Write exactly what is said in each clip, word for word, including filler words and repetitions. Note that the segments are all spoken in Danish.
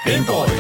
Gameboys.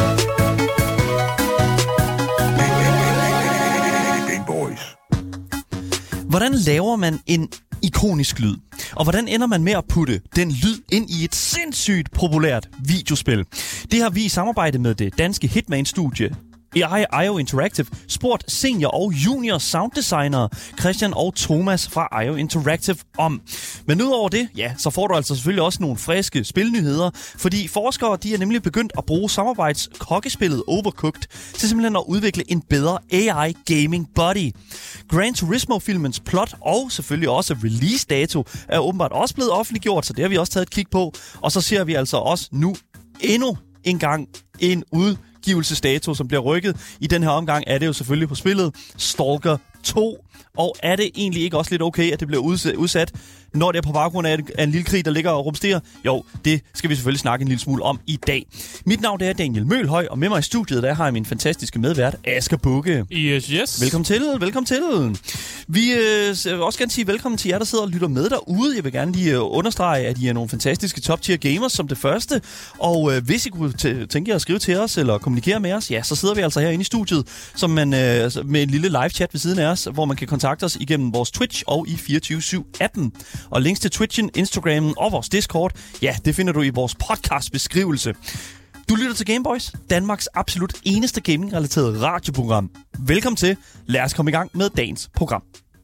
Hvordan laver man en ikonisk lyd? Og hvordan ender man med at putte den lyd ind i et sindssygt populært videospil? Det har vi i samarbejde med det danske Hitman-studie i I O Interactive spurgt senior og junior sounddesignere Christian og Thomas fra I O Interactive om. Men udover det, ja, så får du altså selvfølgelig også nogle friske spilnyheder, fordi forskere de er nemlig begyndt at bruge samarbejds-hockeyspillet Overcooked til simpelthen at udvikle en bedre A I gaming body. Gran Turismo-filmens plot og selvfølgelig også release-dato er åbenbart også blevet offentliggjort, så det har vi også taget et kig på. Og så ser vi altså også nu endnu en gang en ud udgivelsesdato, som bliver rykket. I den her omgang er det jo selvfølgelig på spillet Stalker to. Og er det egentlig ikke også lidt okay, at det bliver udsat, når det er på baggrund af en lille krig, der ligger og rumsterer? Jo, det skal vi selvfølgelig snakke en lille smule om i dag. Mit navn er Daniel Mølhøj, og med mig i studiet, der har jeg min fantastiske medvært, Asger Bugge. Yes, yes. Velkommen til, velkommen til. Vi øh, vil også gerne sige velkommen til jer, der sidder og lytter med derude. Jeg vil gerne lige øh, understrege, at I er nogle fantastiske top-tier gamers som det første. Og øh, hvis I kunne t- tænke jer at skrive til os, eller kommunikere med os, ja, så sidder vi altså herinde i studiet, som man, øh, med en lille live-chat ved siden af os, hvor man kan kontakte os igennem vores Twitch og i fireogtyve syv appen. Og links til Twitchen, Instagrammen og vores Discord, ja, det finder du i vores podcast-beskrivelse. Du lytter til Gameboys, Danmarks absolut eneste gaming-relateret radioprogram. Velkommen til. Lad os komme i gang med dagens program.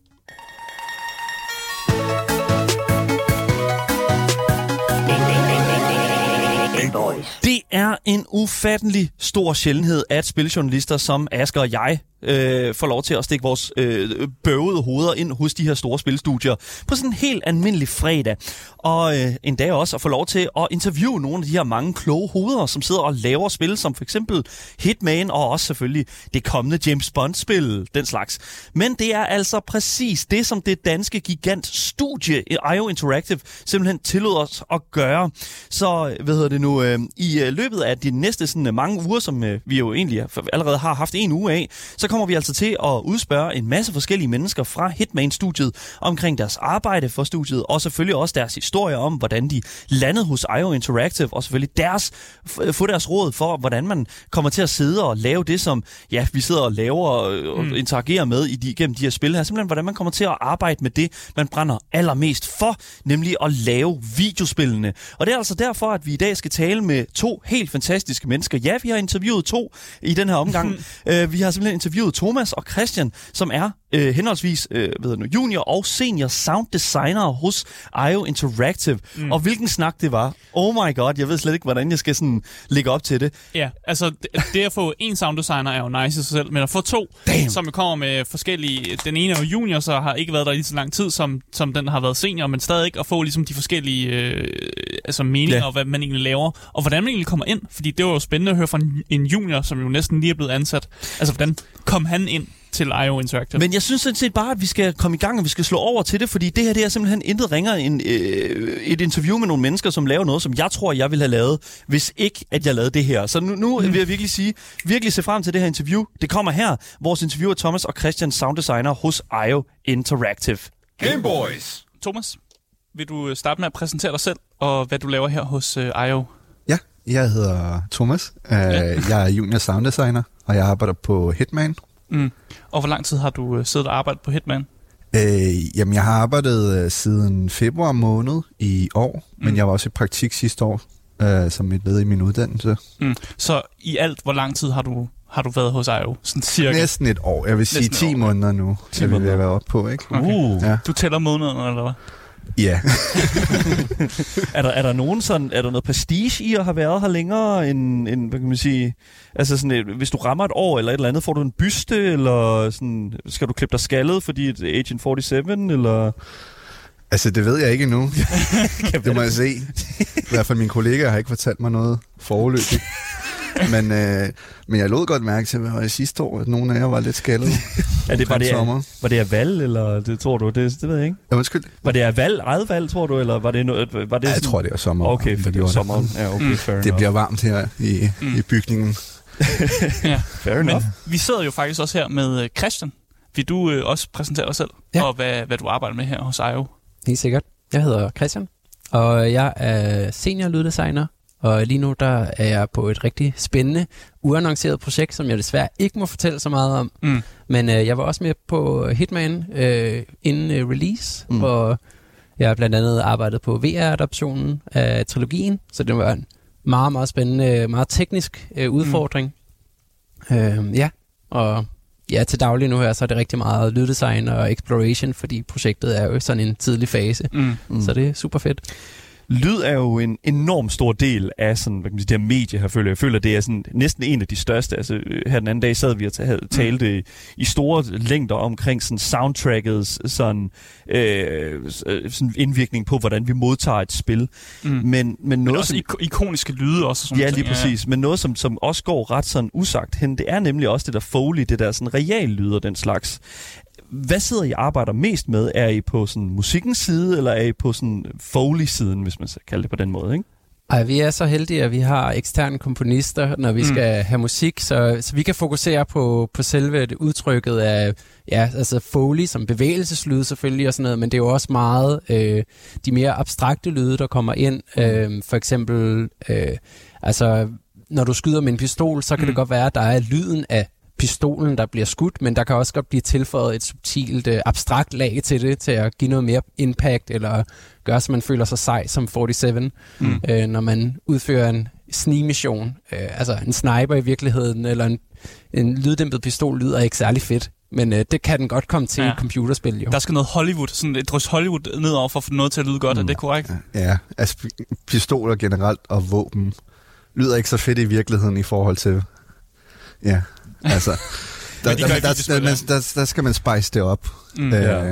Det er en ufattelig stor sjældenhed, at spiljournalister som Asger og jeg øh, får lov til at stikke vores øh, bøvede hoveder ind hos de her store spilstudier på sådan en helt almindelig fredag. Og øh, endda også at få lov til at interviewe nogle af de her mange kloge hoveder, som sidder og laver spil, som for eksempel Hitman og også selvfølgelig det kommende James Bond-spil, den slags. Men det er altså præcis det, som det danske gigantstudie I O Interactive simpelthen tillod os at gøre. Så, hvad hedder det nu, øh, i øh, løbet af de næste sådan, mange uger, som øh, vi jo egentlig allerede har haft en uge af, så kommer vi altså til at udspørge en masse forskellige mennesker fra Hitman-studiet omkring deres arbejde for studiet, og selvfølgelig også deres historie om, hvordan de landede hos I O Interactive, og selvfølgelig deres, få deres råd for, hvordan man kommer til at sidde og lave det, som ja, vi sidder og laver og mm. interagerer med i de, gennem de her spil her. Simpelthen, hvordan man kommer til at arbejde med det, man brænder allermest for, nemlig at lave videospillene. Og det er altså derfor, at vi i dag skal tale med to helt fantastiske mennesker. Ja, vi har interviewet to i den her omgang. uh, vi har simpelthen interviewet Thomas og Christian, som er øh, henholdsvis øh, ved nu, junior og senior sounddesigner hos I O Interactive. Mm. Og hvilken snak det var. Oh my god, jeg ved slet ikke, hvordan jeg skal sådan lægge op til det. Ja, altså det, det at få en sounddesigner er jo nice i sig selv, men at få to, Damn. som kommer med forskellige... Den ene er jo junior, så har ikke været der lige så lang tid, som, som den har været senior, men stadig at få ligesom de forskellige øh, altså meninger, yeah. og hvad man egentlig laver, og hvordan man egentlig kommer ind. Fordi det var jo spændende at høre fra en, en junior, som jo næsten lige er blevet ansat. Altså, hvordan kom han ind til I O Interactive? Men jeg synes sådan set bare, at vi skal komme i gang, og vi skal slå over til det, fordi det her det er simpelthen intet ringere end øh, et interview med nogle mennesker, som laver noget, som jeg tror, jeg ville have lavet, hvis ikke, at jeg lavede det her. Så nu, nu mm. vil jeg virkelig sige, virkelig se frem til det her interview. Det kommer her. Vores interview af Thomas og Christian, sounddesigner hos I O Interactive. Gameboys! Thomas, vil du starte med at præsentere dig selv, og hvad du laver her hos uh, I O? Ja, jeg hedder Thomas. Uh, ja. Jeg er junior sounddesigner, og jeg arbejder på Hitman. Mm. Og hvor lang tid har du uh, siddet og arbejdet på Hitman? Uh, jamen, jeg har arbejdet uh, siden februar måned i år, mm. men jeg var også i praktik sidste år, uh, som et led i min uddannelse. Mm. Så i alt, hvor lang tid har du, har du været hos I O? Sådan cirka? Næsten et år. Jeg vil sige Næsten ti måneder nu, så vi vil være oppe på, ikke? Okay. Uh. Ja. Du tæller månederne, eller hvad? Ja. er, der, er der nogen sådan, er der noget prestige i at have været her længere end, end hvad kan man sige, altså sådan et, hvis du rammer et år eller et eller andet, får du en byste, eller sådan, skal du klippe dig skaldet, fordi et Agent syvogfyrre, eller... Altså, det ved jeg ikke endnu. Det må jeg se. I hvert fald mine kollegaer har ikke fortalt mig noget foreløbigt. Men, øh, men jeg lod godt mærke til, hvad var det sidste år, at nogle af jer var lidt skaldet. Er det, var, det er, var det af valg, eller det tror du? Det, det ved jeg ikke. Ja, undskyld. Var det af valg, eget valg, tror du, eller var det noget? Var det ja, jeg sådan... tror, det er sommer. Okay, for det er sommeren. Ja, okay, mm. fair Det bliver varmt her i, mm. i bygningen. Ja, fair enough. Men vi sidder jo faktisk også her med Christian. Vil du øh, også præsentere dig selv, ja. og hvad, hvad du arbejder med her hos I O? Helt sikkert. Jeg hedder Christian, og jeg er senior lyddesigner Og lige nu der er jeg på et rigtig spændende, uannonceret projekt, som jeg desværre ikke må fortælle så meget om. Mm. Men øh, jeg var også med på Hitman øh, inden øh, release, mm. hvor jeg har blandt andet arbejdet på V R-adaptionen af trilogien, så det var en meget, meget spændende, meget teknisk øh, udfordring. Mm. Øh, ja, og ja, til daglig nu her, så er det rigtig meget lyddesign og exploration, fordi projektet er jo sådan en tidlig fase, mm. Mm. så det er super fedt. Lyd er jo en enorm stor del af sådan, hvad kan man sige, det her medie her, føler jeg. føler, det er sådan næsten en af de største. Altså, her den anden dag sad vi og talte mm. i store længder omkring sådan soundtrackets sådan, øh, sådan indvirkning på, hvordan vi modtager et spil. Mm. Men, men, noget, men også som, ikoniske lyde også. Sådan ja, lige præcis. Ja. Men noget, som, som også går ret sådan usagt hen, det er nemlig også det der Foley, det der sådan real lyder, den slags. Hvad sidder I arbejder mest med? Er I på sådan musikkens side, eller er I på sådan Foley-siden, hvis man skal kalde det på den måde, ikke? Ej, vi er så heldige, at vi har eksterne komponister, når vi mm. skal have musik, så, så vi kan fokusere på, på selve det udtrykket af, ja, altså Foley som bevægelseslyd selvfølgelig og sådan noget, men det er jo også meget øh, de mere abstrakte lyde, der kommer ind. Øh, for eksempel, øh, altså, når du skyder med en pistol, så kan mm. det godt være, at der er lyden af pistolen, der bliver skudt, men der kan også godt blive tilføjet et subtilt, øh, abstrakt lag til det, til at give noget mere impact, eller gøre, så man føler sig sej som forty-seven, mm. øh, når man udfører en snigmission. Øh, altså en sniper i virkeligheden, eller en, en lyddæmpet pistol lyder ikke særlig fedt, men øh, det kan den godt komme til ja. i et computerspil, jo. Der skal noget Hollywood, sådan et drøs Hollywood nedover for at få noget til at lyde godt, mm. er det korrekt? Ja, altså pistoler generelt og våben lyder ikke så fedt i virkeligheden i forhold til... Ja, altså... Der, der, der, der, der, der, der skal man spice det op, mm. øh, ja.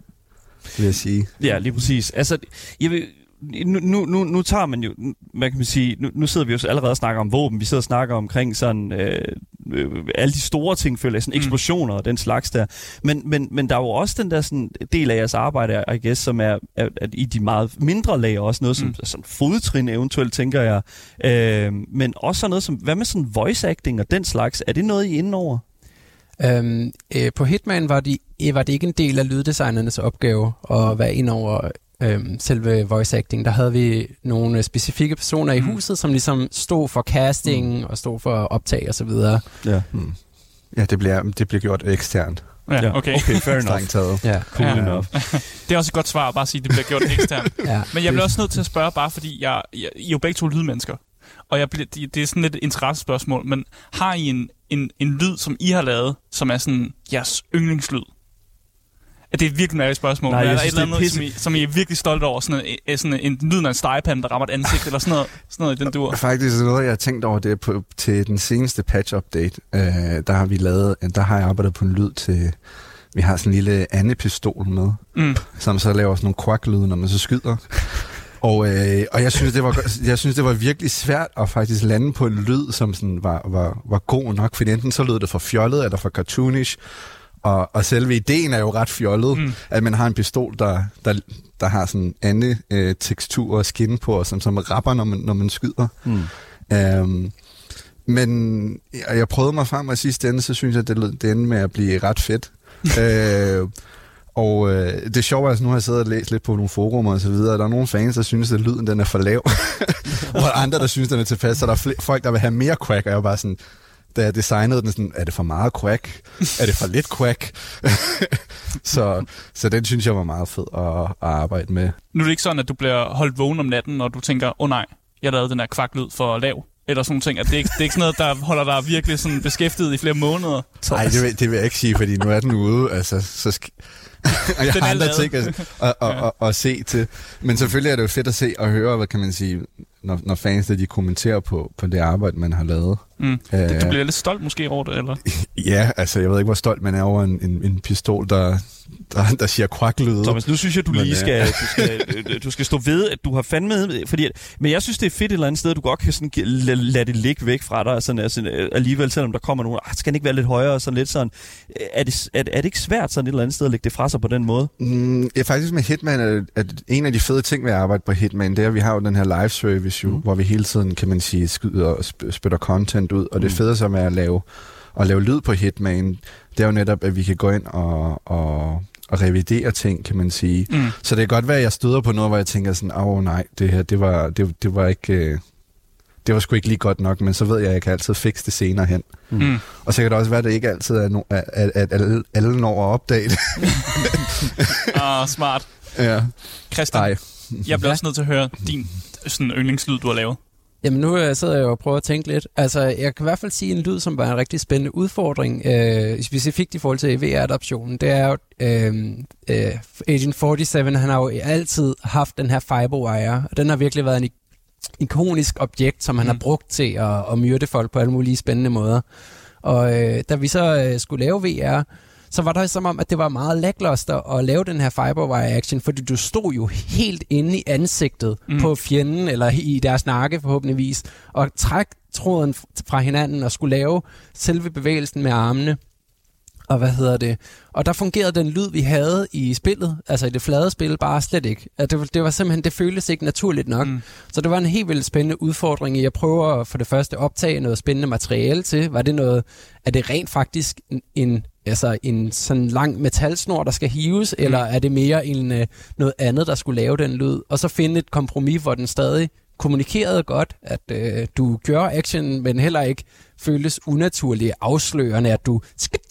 vil jeg sige. Ja, lige præcis. Altså, jeg vil... Nu, nu, nu, nu tager man jo, hvad kan man sige, nu, nu sidder vi jo allerede og snakker om våben, vi sidder og snakker omkring sådan, øh, øh, alle de store ting, føler jeg, sådan eksplosioner og den slags der, men, men, men der er jo også den der sådan, del af jeres arbejde, I guess, som er, er, er i de meget mindre lag, også noget som mm. sådan fodtrin eventuelt, tænker jeg, øh, men også sådan noget som, hvad med sådan voice acting og den slags, er det noget I er inde over? Øhm, øh, på Hitman var, de, var det ikke en del af lyddesignernes opgave at være inde over Øhm, selve voice acting. Der havde vi nogle specifikke personer i huset, som ligesom stod for casting mm. og stod for optag og så videre. Ja, mm. ja det, bliver, det bliver gjort eksternt. Ja, okay. Okay, fair enough. Ja. Cool ja. enough. Det er også et godt svar at bare sige, at det bliver gjort eksternt. Ja. Men jeg bliver også nødt til at spørge, bare fordi jeg, jeg, I er jo begge to lydmennesker, og jeg bliver, det er sådan lidt et interessespørgsmål, men har I en, en, en lyd, som I har lavet, som er sådan jeres yndlingslyd? Det er et virkelig mærkeligt spørgsmål. Nej, er der synes, et eller andet, som I, pisse... som I er virkelig stolte over? Sådan en, sådan en lyd af en stegepande, der rammer et ansigt, eller sådan noget, sådan noget i den dur? Faktisk noget, jeg har tænkt over det på, til den seneste patch-update. Øh, der har vi lavet, der har jeg arbejdet på en lyd til... Vi har sådan en lille andepistol med, mm. som så laver sådan nogle quack-lyde, når man så skyder. Og, øh, og jeg, synes, det var, jeg synes, det var virkelig svært at faktisk lande på en lyd, som sådan var, var, var god nok, for enten så lød det for fjollet, eller for cartoonish. Og, og selve ideen er jo ret fjollet, mm. at man har en pistol, der, der, der har sådan anden øh, tekstur og skin på, og som, som rapper, når man, når man skyder. Mm. Um, men jeg, jeg prøvede mig frem, og sidste ende, så synes jeg, det, det endte med at blive ret fedt. uh, og øh, det er sjovt, altså nu har jeg siddet og læst lidt på nogle forumer og så videre, der er nogle fans, der synes, at lyden den er for lav, og andre, der synes, den er tilpas, så der er flere, folk, der vil have mere quack, og jeg er bare sådan... Da jeg designede den, sådan, er det for meget quack? Er det for lidt quack? så, så den synes jeg var meget fed at, at arbejde med. Nu er det ikke sådan, at du bliver holdt vågen om natten, og du tænker, åh oh, nej, jeg lavede den her kvak-lyd for lav. Eller sådan nogle ting. At det, er ikke, det er ikke sådan noget, der holder dig virkelig sådan beskæftiget i flere måneder. Nej, det, vil, det vil jeg ikke sige, fordi nu er den ude. Altså, så sk- og jeg har andre ting at, at, at, at, at, at se til. Men selvfølgelig er det jo fedt at se og høre, hvad kan man sige, når, når fans de kommenterer på, på det arbejde, man har lavet. Mm. Æh, du bliver lidt stolt måske over det, eller? Ja, altså jeg ved ikke, hvor stolt man er over en, en, en pistol, der, der, der siger quack-lyde. Thomas, nu synes jeg, du lige men, skal, du skal, du skal stå ved, at du har fandme... Fordi, men jeg synes, det er fedt et eller andet sted, at du godt kan sådan, lade, lade det ligge væk fra dig. Sådan, altså, alligevel, selvom der kommer nogen, ah, skal den ikke være lidt højere? Sådan lidt sådan. Er det, er, er det ikke svært sådan et eller andet sted at lægge det fra sig på den måde? Mm, ja, faktisk med Hitman, at, at en af de fede ting ved at arbejde på Hitman, det er, at vi har jo den her live service, jo, mm. hvor vi hele tiden, kan man sige, skyder og spytter content ud. Og det mm. fede som er at lave, at lave lyd på Hitman, det er jo netop, at vi kan gå ind og... og og revidere ting, kan man sige. Mm. Så det kan godt være, at jeg støder på noget, hvor jeg tænker sådan, åh oh, nej, det her, det var, det, det var ikke... Øh, det var sgu ikke lige godt nok, men så ved jeg, at jeg kan altid fikse det senere hen. Mm. Og så kan det også være, at det ikke altid er, no- at, at, at alle, alle når at opdage det. Ah, smart. Ja. Christian, Ej. jeg bliver også nødt til at høre din sådan, yndlingslyd, du har lavet. Jamen nu øh, sidder jeg og prøver at tænke lidt. Altså, jeg kan i hvert fald sige en lyd, som var en rigtig spændende udfordring, øh, specifikt i forhold til V R-adoptionen. Det er jo, øh, øh, Agent forty-seven, han har jo altid haft den her fiberwire, og den har virkelig været en ikonisk objekt, som han mm. har brugt til at, at myrde folk på alle mulige spændende måder. Og øh, da vi så øh, skulle lave V R, så var det som om, at det var meget lackluster at lave den her fiberwire action, fordi du stod jo helt inde i ansigtet mm. på fjenden, eller i deres nakke forhåbentligvis, og træk tråden fra hinanden og skulle lave selve bevægelsen med armene. Og hvad hedder det? Og der fungerede den lyd, vi havde i spillet, altså i det flade spil, bare slet ikke. Det var, det var simpelthen, det føltes ikke naturligt nok. Mm. Så det var en helt vildt spændende udfordring i at prøve at for det første optage noget spændende materiale til. Var det noget, er det rent faktisk en, en, altså en sådan lang metalsnor, der skal hives, mm. eller er det mere en, noget andet, der skulle lave den lyd? Og så finde et kompromis, hvor den stadig kommunikerede godt, at øh, du gør action, men heller ikke føles unaturligt afslørende, at du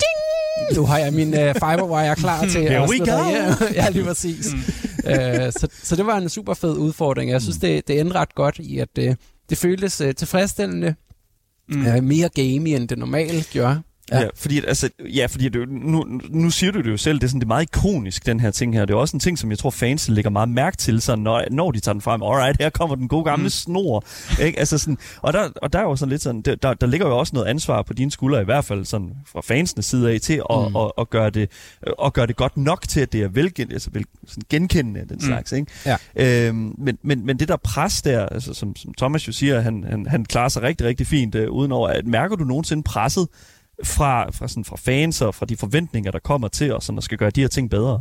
nu har jeg min uh, fiberwire klar til Here at we go! Ja, lige præcis. Mm. uh, så, så det var en super fed udfordring. Jeg synes, det, det endte ret godt i, at det, det føltes uh, tilfredsstillende, mm. uh, mere gamey, end det normalt gør. Ja, ja fordi, altså, ja, fordi det, nu, nu siger du det jo selv, det er, sådan, det er meget ikonisk, den her ting her. Det er også en ting, som jeg tror, fans lægger meget mærke til, så når, når de tager den frem. Alright, her kommer den gode gamle mm. snor. Ikke? Altså sådan, og, der, og der er jo sådan lidt sådan, der, der ligger jo også noget ansvar på dine skuldre, i hvert fald sådan fra fansenes side af, til at, mm. at, at, gøre, det, at gøre det godt nok til, at det er velgen, altså vel, sådan genkendende den slags. Mm. Ikke? Ja. Øhm, men, men, men det der pres der, altså, som, som Thomas jo siger, han, han, han klarer sig rigtig, rigtig fint øh, udenover. At, mærker du nogensinde presset Fra, fra, sådan, fra fans og fra de forventninger, der kommer til os, og skal gøre de her ting bedre?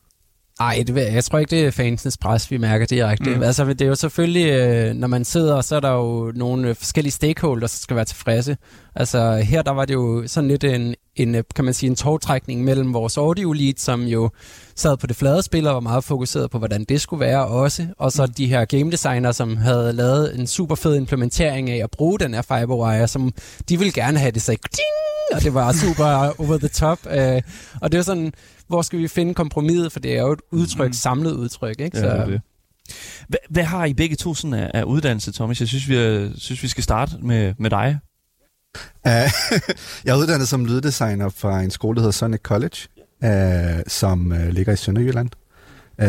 Ej, det, jeg tror ikke, det er fansens pres, vi mærker direkte. Mm. Altså, det er jo selvfølgelig, når man sidder, så er der jo nogle forskellige stakeholders, der skal være tilfredse. Altså, her der var det jo sådan lidt en, en kan man sige, en togtrækning mellem vores audio lead, som jo sad på det flade spil og var meget fokuseret på, hvordan det skulle være også, og så mm. de her game designer, som havde lavet en super fed implementering af at bruge den her fiberwire, som de ville gerne have det sagde, og det var super over the top. Øh, og det var sådan, hvor skal vi finde kompromiset, for det er jo et udtryk, samlet udtryk, ikke? Så ja, det. Hvad, hvad har I begge to sådan af, af uddannelse, Thomas? Jeg synes, vi, er, synes, vi skal starte med, med dig. Uh, jeg er uddannet som lyddesigner fra en skole, der hedder Sonic College, uh, som uh, ligger i Sønderjylland. Uh,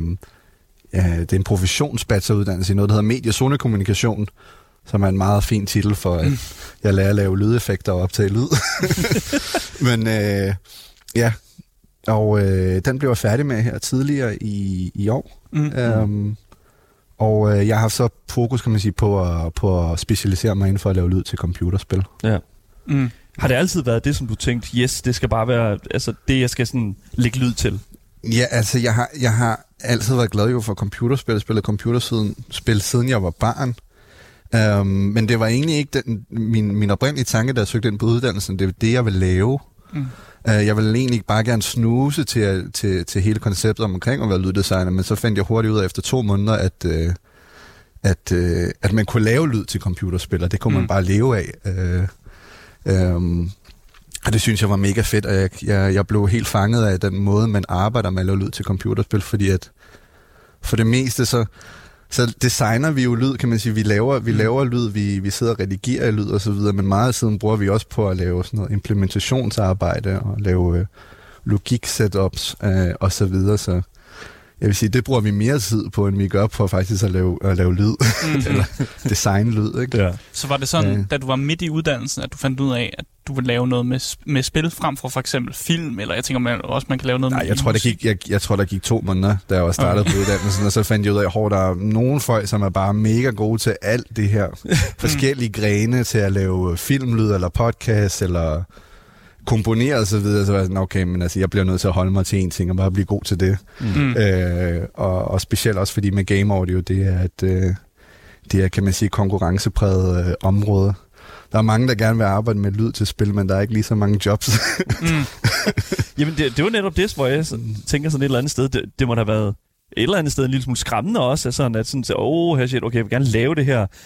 uh, det er en professionsbacheloruddannelse i noget, der hedder medie-zonekommunikation, som er en meget fin titel for, at jeg lærer at lave lydeffekter og optage lyd. Men øh, ja, og øh, den blev jeg færdig med her tidligere i, i år. Mm. Um, og øh, jeg har så fokus, kan man sige, på at, på at specialisere mig inden for at lave lyd til computerspil. Ja. Mm. Har det altid været det, som du tænkte, yes, det skal bare være altså, det, jeg skal sådan lægge lyd til? Ja, altså jeg har, jeg har altid været glad jo for computerspil, spillet computerspil siden jeg var barn. Um, men det var egentlig ikke den, min, min oprindelige tanke, da jeg søgte ind på uddannelsen. Det var det, jeg ville lave. Mm. Uh, jeg ville egentlig bare gerne snuse til, til, til hele konceptet omkring at være lyddesigner, men så fandt jeg hurtigt ud af efter to måneder, at, uh, at, uh, at man kunne lave lyd til computerspil, og det kunne mm. man bare leve af. Uh, um, og det synes jeg var mega fedt, og jeg, jeg, jeg blev helt fanget af den måde, man arbejder med at lave lyd til computerspil, fordi at for det meste så Så designer vi jo lyd, kan man sige. Vi laver, vi laver lyd, vi, vi sidder og redigerer lyd og så videre, men meget af tiden bruger vi også på at lave sådan noget implementationsarbejde og lave øh, logik-setups øh, og så videre. Så jeg vil sige, det bruger vi mere tid på, end vi gør på faktisk at lave, at lave lyd, mm-hmm. eller design lyd. Ikke? Ja. Så var det sådan, ja. Da du var midt i uddannelsen, at du fandt ud af, at du ville lave noget med, med spil frem for for eksempel film, eller jeg tænker man også, man kan lave noget Nej, med jeg tror, der gik, jeg, jeg tror, der gik to måneder, da jeg var startet okay. på uddannelsen, og så fandt jeg ud af, at der er nogle folk, som er bare mega gode til alt det her. Forskellige grene til at lave filmlyd, eller podcast, eller komponere og så videre, så var jeg sådan, okay, men altså, jeg bliver nødt til at holde mig til en ting, og bare blive god til det. Mm. Øh, og, og specielt også, fordi med game audio, det er et, øh, det er, kan man sige, konkurrencepræget øh, område. Der er mange, der gerne vil arbejde med lyd til spil, men der er ikke lige så mange jobs. mm. Jamen, det, det var netop det, hvor jeg sådan, tænker sådan et eller andet sted, det, det må da have været et eller andet sted en lille smule skræmmende også, sådan at sådan, åh, oh, her shit, okay, jeg vil gerne lave det her,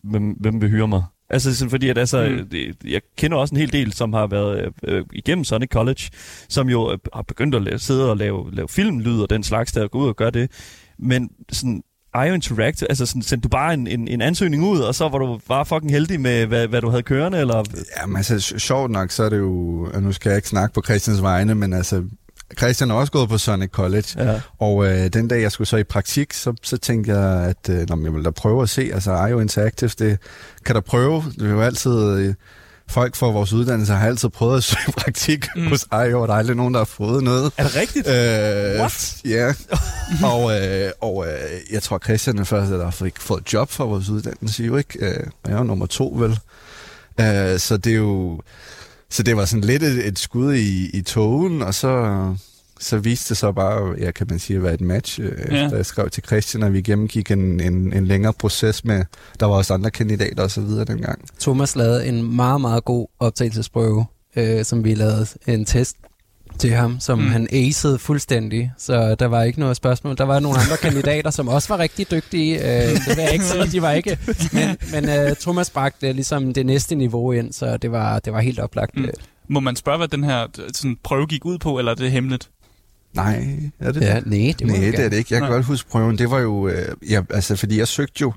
hvem, hvem vil hyre mig? Altså sådan, fordi at, altså, mm. det, jeg kender også en hel del, som har været øh, igennem Sonic College, som jo øh, har begyndt at lave, sidde og lave, lave filmlyd og den slags, der går ud og gør det. Men sådan, I O Interact, altså sådan, sendte du bare en, en, en ansøgning ud, og så var du bare fucking heldig med, hvad, hvad du havde kørende, eller? Jamen altså, sjovt nok, så er det jo, nu skal jeg ikke snakke på Christians vegne, men altså, Christian er også gået på Sonic College, ja. og øh, den dag, jeg skulle så i praktik, så, så tænkte jeg, at øh, nå, jeg vil da prøve at se, altså I O Interactive, det kan da prøve, det er jo altid, øh, folk fra vores uddannelse har altid prøvet at søge praktik mm. hos I O, og der er aldrig nogen, der har fået noget. Er det rigtigt? Øh, What? Ja, og, øh, og øh, jeg tror, Christian er først, at der har fået job fra vores uddannelse, jo ikke? Øh, jeg er nummer to, vel? Øh, så det er jo... Så det var sådan lidt et, et skud i, i togen, og så, så viste det så bare, ja, kan man sige, at være et match. Ja. Efter jeg skrev til Christian, og vi gennemgik en, en, en længere proces med, der var også andre kandidater og så videre dengang. Thomas lavede en meget, meget god optagelsesprøve, øh, som vi lavede en test til ham, som mm. han acede fuldstændig, så der var ikke noget spørgsmål. Der var nogle andre kandidater, som også var rigtig dygtige. Øh, det vil jeg ikke sige, de var ikke. Men, men øh, Thomas bragte ligesom det næste niveau ind, så det var, det var helt oplagt. Mm. Må man spørge, hvad den her sådan, prøve gik ud på, eller er det hemmeligt? Nej, er det ja, nej, det, nej, det er det ikke. Jeg kan nej. godt huske prøven. Det var jo, øh, ja, altså, fordi jeg søgte jo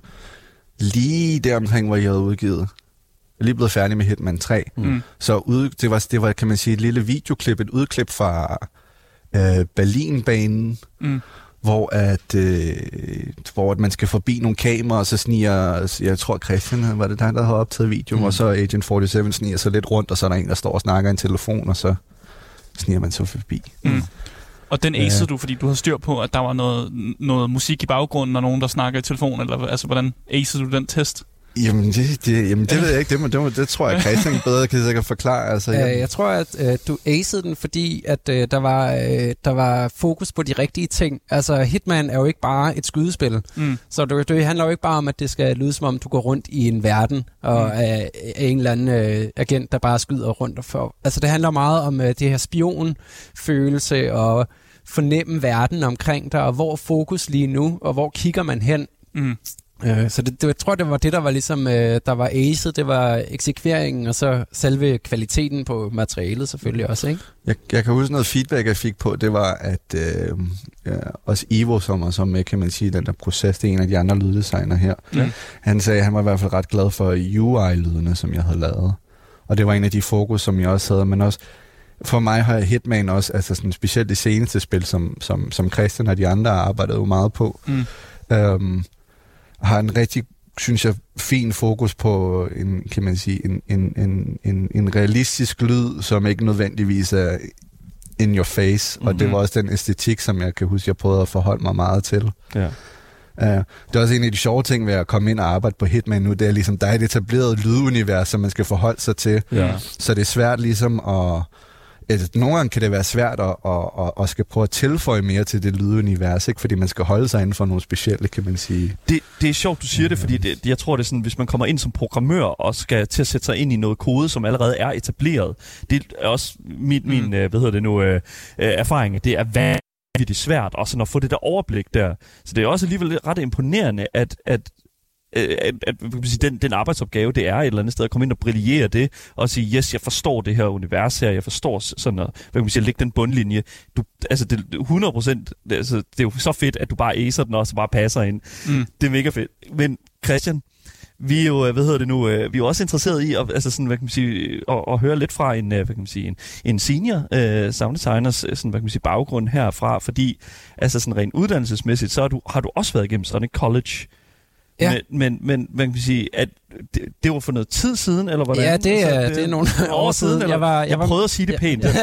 lige der omkring, hvor jeg havde udgivet. Jeg er lige blevet færdig med Hitman tre. Mm. Så ud, det, var, det var, kan man sige, et lille videoklip, et udklip fra øh, Berlinbanen, mm. hvor, at, øh, hvor at man skal forbi nogle kameraer, og så sniger, jeg tror Christian, var det der, der havde optaget videoen, mm. og så Agent syvogfyrre sniger så lidt rundt, og så er der en, der står og snakker i en telefon, og så sniger man så forbi. Mm. Og den acede ja. du, fordi du havde styr på, at der var noget, noget musik i baggrunden, og nogen, der snakker i telefon, eller altså, hvordan acede du den test? Jamen, det, det, jamen, det ved jeg ikke. Det, må, det, må, det tror jeg, Christian bedre kan sikkert forklare. Altså, jeg... jeg tror, at øh, du acede den, fordi at, øh, der, var, øh, der var fokus på de rigtige ting. Altså, Hitman er jo ikke bare et skydespil. Mm. Så det, det handler jo ikke bare om, at det skal lyde, som om du går rundt i en verden, og mm. er, er en eller anden øh, agent, der bare skyder rundt og for. Altså, det handler meget om øh, det her spionfølelse og fornemme verden omkring dig, og hvor fokus lige nu, og hvor kigger man hen. Mm. Uh, så det, det, jeg tror, det var det, der var ligesom, uh, der var acet, det var eksekveringen, og så selve kvaliteten på materialet selvfølgelig også, ikke? Jeg, jeg kan huske noget feedback, jeg fik på, det var, at uh, ja, også Ivo, som er som, kan man sige, den der proces, det er en af de andre lyddesigner her, mm. han sagde, at han var i hvert fald ret glad for U I-lydene, som jeg havde lavet. Og det var en af de fokus, som jeg også havde, men også for mig har Hitman også, altså sådan specielt det seneste spil, som, som, som Christian og de andre arbejdede jo meget på, mm. um, har en rigtig, synes jeg, fin fokus på en, kan man sige, en, en, en, en, en realistisk lyd, som ikke nødvendigvis er in your face. Mm-hmm. Og det var også den æstetik, som jeg kan huske, jeg prøvede at forholde mig meget til. Ja. Uh, det er også en af de sjove ting ved at komme ind og arbejde på Hitman nu, det er ligesom, der er et etableret lydunivers, som man skal forholde sig til. Ja. Så det er svært ligesom at... Nogle gange kan det være svært at, at, at, at skal prøve at tilføje mere til det lydunivers, ikke? Fordi man skal holde sig inden for nogle specielle, kan man sige. Det, det er sjovt, du siger ja. det, fordi det, jeg tror, det er sådan, hvis man kommer ind som programmør og skal til at sætte sig ind i noget kode, som allerede er etableret, det er også min, min mm. hvad hedder det nu, øh, erfaring, det er vanvittigt svært også at få det der overblik der. Så det er også alligevel ret imponerende, at, at at, at, at den, den arbejdsopgave, det er et eller andet sted at komme ind og brillere det, og sige, yes, jeg forstår det her univers her, jeg forstår sådan noget, hvad kan man sige, lægge den bundlinje. Du, altså, det hundrede procent, altså, det er jo så fedt, at du bare acer den, og så bare passer ind. Mm. Det er mega fedt. Men Christian, vi er jo, hvad hedder det nu, vi er jo også interesseret i at, altså sådan, hvad kan man sige, at, at høre lidt fra en, hvad kan man sige, en, en senior uh, sounddesigners sådan, hvad kan man sige, baggrund herfra, fordi altså sådan rent uddannelsesmæssigt, så har du, har du også været igennem Sonic College. Ja. Men, men, men man kan sige, at det, det var for noget tid siden, eller hvordan? Ja, det er, altså, det, det er nogle år siden. Eller? Jeg, var, jeg, jeg var, prøvede at sige det pænt. Ja,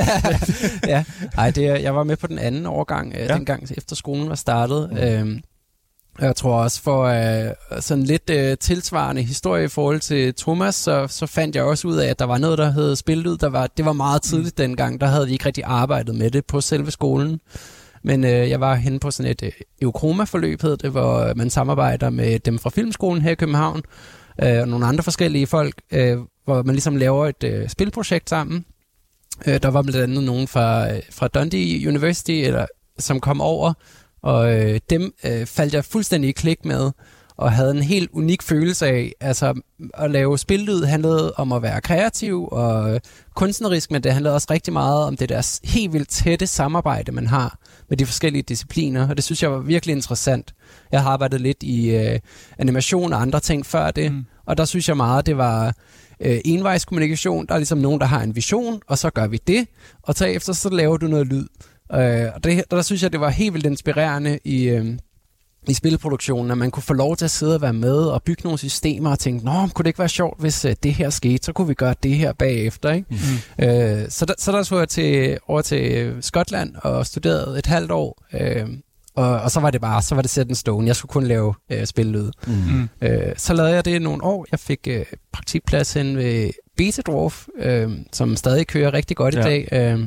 ja. Ej, det er, jeg var med på den anden årgang, ja. dengang efter skolen var startet. Mm. Øhm, jeg tror også for øh, sådan lidt øh, tilsvarende historie i forhold til Thomas, så, så fandt jeg også ud af, at der var noget, der hed spillelyd. Der var, det var meget tidligt mm. dengang, der havde de ikke rigtig arbejdet med det på selve skolen. Men øh, jeg var henne på sådan et øh, Eukroma-forløb, hed det, hvor man samarbejder med dem fra Filmskolen her i København, øh, og nogle andre forskellige folk, øh, hvor man ligesom laver et øh, spilprojekt sammen. Øh, der var blandt andet nogen fra, øh, fra Dundee University, eller, som kom over, og øh, dem øh, faldt jeg fuldstændig i klik med. og havde en helt unik følelse af, altså at lave spillyd handlede om at være kreativ og kunstnerisk, men det handlede også rigtig meget om det der helt vildt tætte samarbejde, man har med de forskellige discipliner, og det synes jeg var virkelig interessant. Jeg har arbejdet lidt i øh, animation og andre ting før det, mm. og der synes jeg meget, det var øh, envejskommunikation. Der er ligesom nogen, der har en vision, og så gør vi det, og så efter så laver du noget lyd. Øh, og det, der synes jeg, det var helt vildt inspirerende i... Øh, i spilproduktionen, at man kunne få lov til at sidde og være med og bygge nogle systemer og tænke, nå, kunne det ikke være sjovt, hvis uh, det her skete, så kunne vi gøre det her bagefter, ikke? Mm-hmm. Øh, så, der, så der så jeg til, over til Skotland og studerede et halvt år, øh, og, og så var det bare, så var det set in stone. Jeg skulle kun lave øh, spillyd. Mm-hmm. Øh, så lavede jeg det nogle år. Jeg fik øh, praktikplads hen ved Betadwarf, øh, som stadig kører rigtig godt ja. i dag. Øh,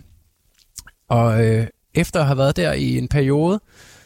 og øh, efter at have været der i en periode,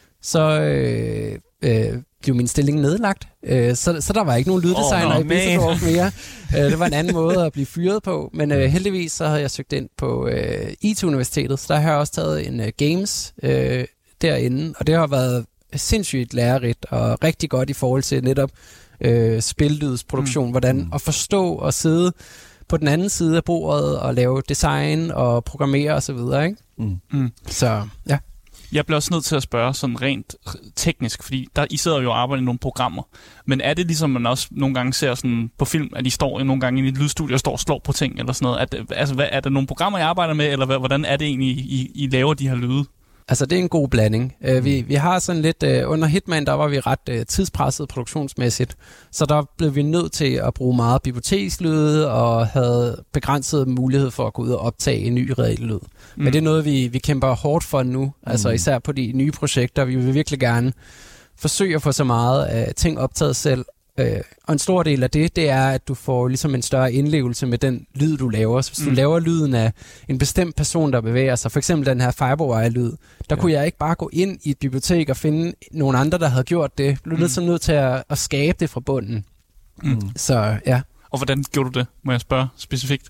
så øh, øh, blev min stilling nedlagt. Øh, så, så der var ikke nogen lyddesigner oh, no, i Betadwarf mere. øh, det var en anden måde at blive fyret på. Men øh, heldigvis så havde jeg søgt ind på øh, I T-universitetet, så der har jeg også taget en uh, games øh, derinde, og det har været sindssygt lærerigt og rigtig godt i forhold til netop øh, spillydsproduktion, mm. hvordan at forstå og sidde på den anden side af bordet og lave design og programmere osv. Ikke? Mm. Mm. Så ja. Jeg bliver også nødt til at spørge sådan rent teknisk, fordi der, I sidder jo og arbejder i nogle programmer, men er det ligesom man også nogle gange ser sådan på film, at I står nogle gange i et lydstudie og står og slår på ting eller sådan noget? At, altså, hvad, er der nogle programmer, I arbejder med, eller hvordan er det egentlig, I, I laver de her lyde? Altså, det er en god blanding. Uh, vi, vi har sådan lidt... Uh, under Hitman, der var vi ret uh, tidspresset produktionsmæssigt, så der blev vi nødt til at bruge meget bibliotekslyde og havde begrænset mulighed for at gå ud og optage en ny reel lyd. Mm. Men det er noget, vi, vi kæmper hårdt for nu, altså mm. især på de nye projekter. Vi vil virkelig gerne forsøge at få så meget uh, ting optaget selv. Uh, og en stor del af det, det er, at du får ligesom en større indlevelse med den lyd, du laver. Så hvis mm. du laver lyden af en bestemt person, der bevæger sig, for eksempel den her Fiberwire-lyd, der ja. kunne jeg ikke bare gå ind i et bibliotek og finde nogle andre, der havde gjort det. Jeg blev mm. nødt til, nødt til at, at skabe det fra bunden. Mm. Så ja. Og hvordan gjorde du det, må jeg spørge specifikt?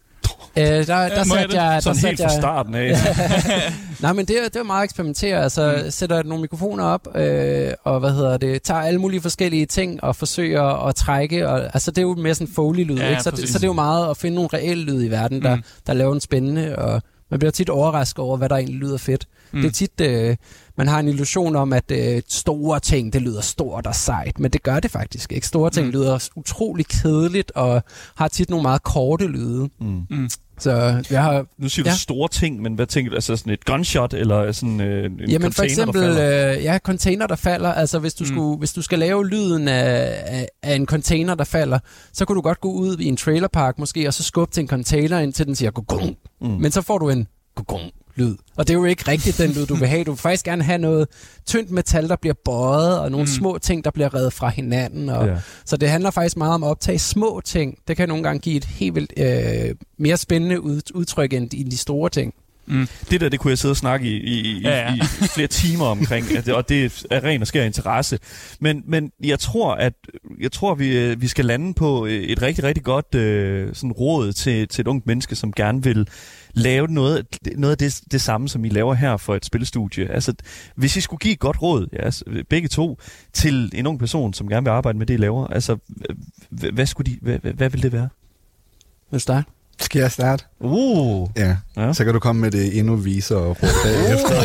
Øh, der der satte jeg... Sådan der helt fra starten af. Nej, men det, det er meget eksperimentere. Altså, mm. sætter nogle mikrofoner op, øh, og hvad hedder det, tager alle mulige forskellige ting, og forsøger at trække. Og, altså, det er jo mere sådan Foley-lyd, ja, ikke? Så, det, så det er jo meget at finde nogle reelle lyd i verden, der, mm. der laver en spændende, og man bliver tit overrasket over, hvad der egentlig lyder fedt. Mm. Det er tit, øh, man har en illusion om, at øh, store ting, det lyder stort og sejt, men det gør det faktisk ikke. Store ting mm. lyder utrolig kedeligt, og har tit nogle meget korte lyde. Mm. Mm. Så jeg har... Nu siger du ja. store ting, men hvad tænker du? Altså sådan et gunshot, eller sådan øh, en Jamen container, for eksempel, der falder? Øh, ja, container, der falder. Altså hvis du, mm. skulle, hvis du skal lave lyden af, af, af en container, der falder, så kunne du godt gå ud i en trailerpark måske, og så skubbe til en container, indtil den siger guggung. Mm. Men så får du en guggung lyd. Og det er jo ikke rigtigt den lyd, du vil have. Du vil faktisk gerne have noget tyndt metal, der bliver bøjet, og nogle mm. små ting, der bliver revet fra hinanden. Og, ja. Så det handler faktisk meget om at optage små ting. Det kan nogle gange give et helt vildt øh, mere spændende udtryk end de store ting. Mm. Det der, det kunne jeg sidde og snakke i, i, ja, ja. i, i flere timer omkring, og det er ren og skær interesse. Men, men jeg tror, at jeg tror, vi, vi skal lande på et rigtig, rigtig godt øh, sådan råd til, til et ungt menneske, som gerne vil lave noget, noget af det, det samme, som I laver her for et spilstudie. Altså, hvis I skulle give et godt råd, ja, altså, begge to, til en ung person, som gerne vil arbejde med det, I laver, altså, hvad, hvad, skulle de, hvad, hvad vil det være? Vil du starte? Skal jeg starte? Uh. Ja. ja, så kan du komme med det endnu visere råd bagefter.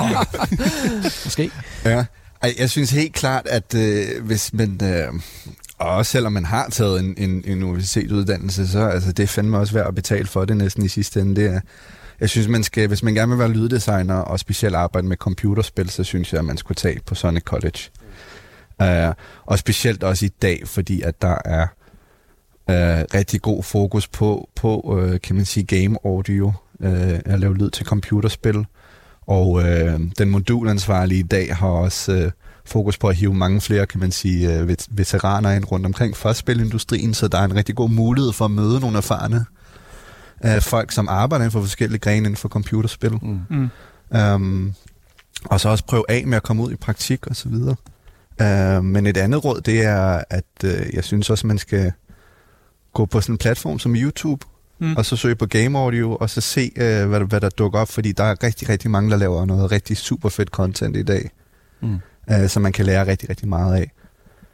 Måske. Ja. Ej, jeg synes helt klart, at øh, hvis man... Øh, og også selvom man har taget en, en, en universitetsuddannelse, så altså, det er fandme også værd at betale for det næsten i sidste ende. Det er, jeg synes, man skal, hvis man gerne vil være lyddesigner og specielt arbejde med computerspil, så synes jeg, at man skulle tage på Sonic College. Uh, og specielt også i dag, fordi at der er uh, rigtig god fokus på, på uh, kan man sige, game audio, uh, at lave lyd til computerspil. Og uh, den modulansvarlige i dag har også... Uh, fokus på at hive mange flere, kan man sige, uh, vet- veteraner ind rundt omkring for spilindustrien, så der er en rigtig god mulighed for at møde nogle erfarne uh, folk, som arbejder inden for forskellige grene inden for computerspil. Mm. Um, og så også prøve af med at komme ud i praktik og så videre. Uh, men et andet råd, det er, at uh, jeg synes også, man skal gå på sådan en platform som YouTube, mm. og så søge på game audio, og så se, uh, hvad, hvad der dukker op, fordi der er rigtig, rigtig mange, der laver noget rigtig super fedt content i dag. Mm. Uh, som man kan lære rigtig, rigtig meget af.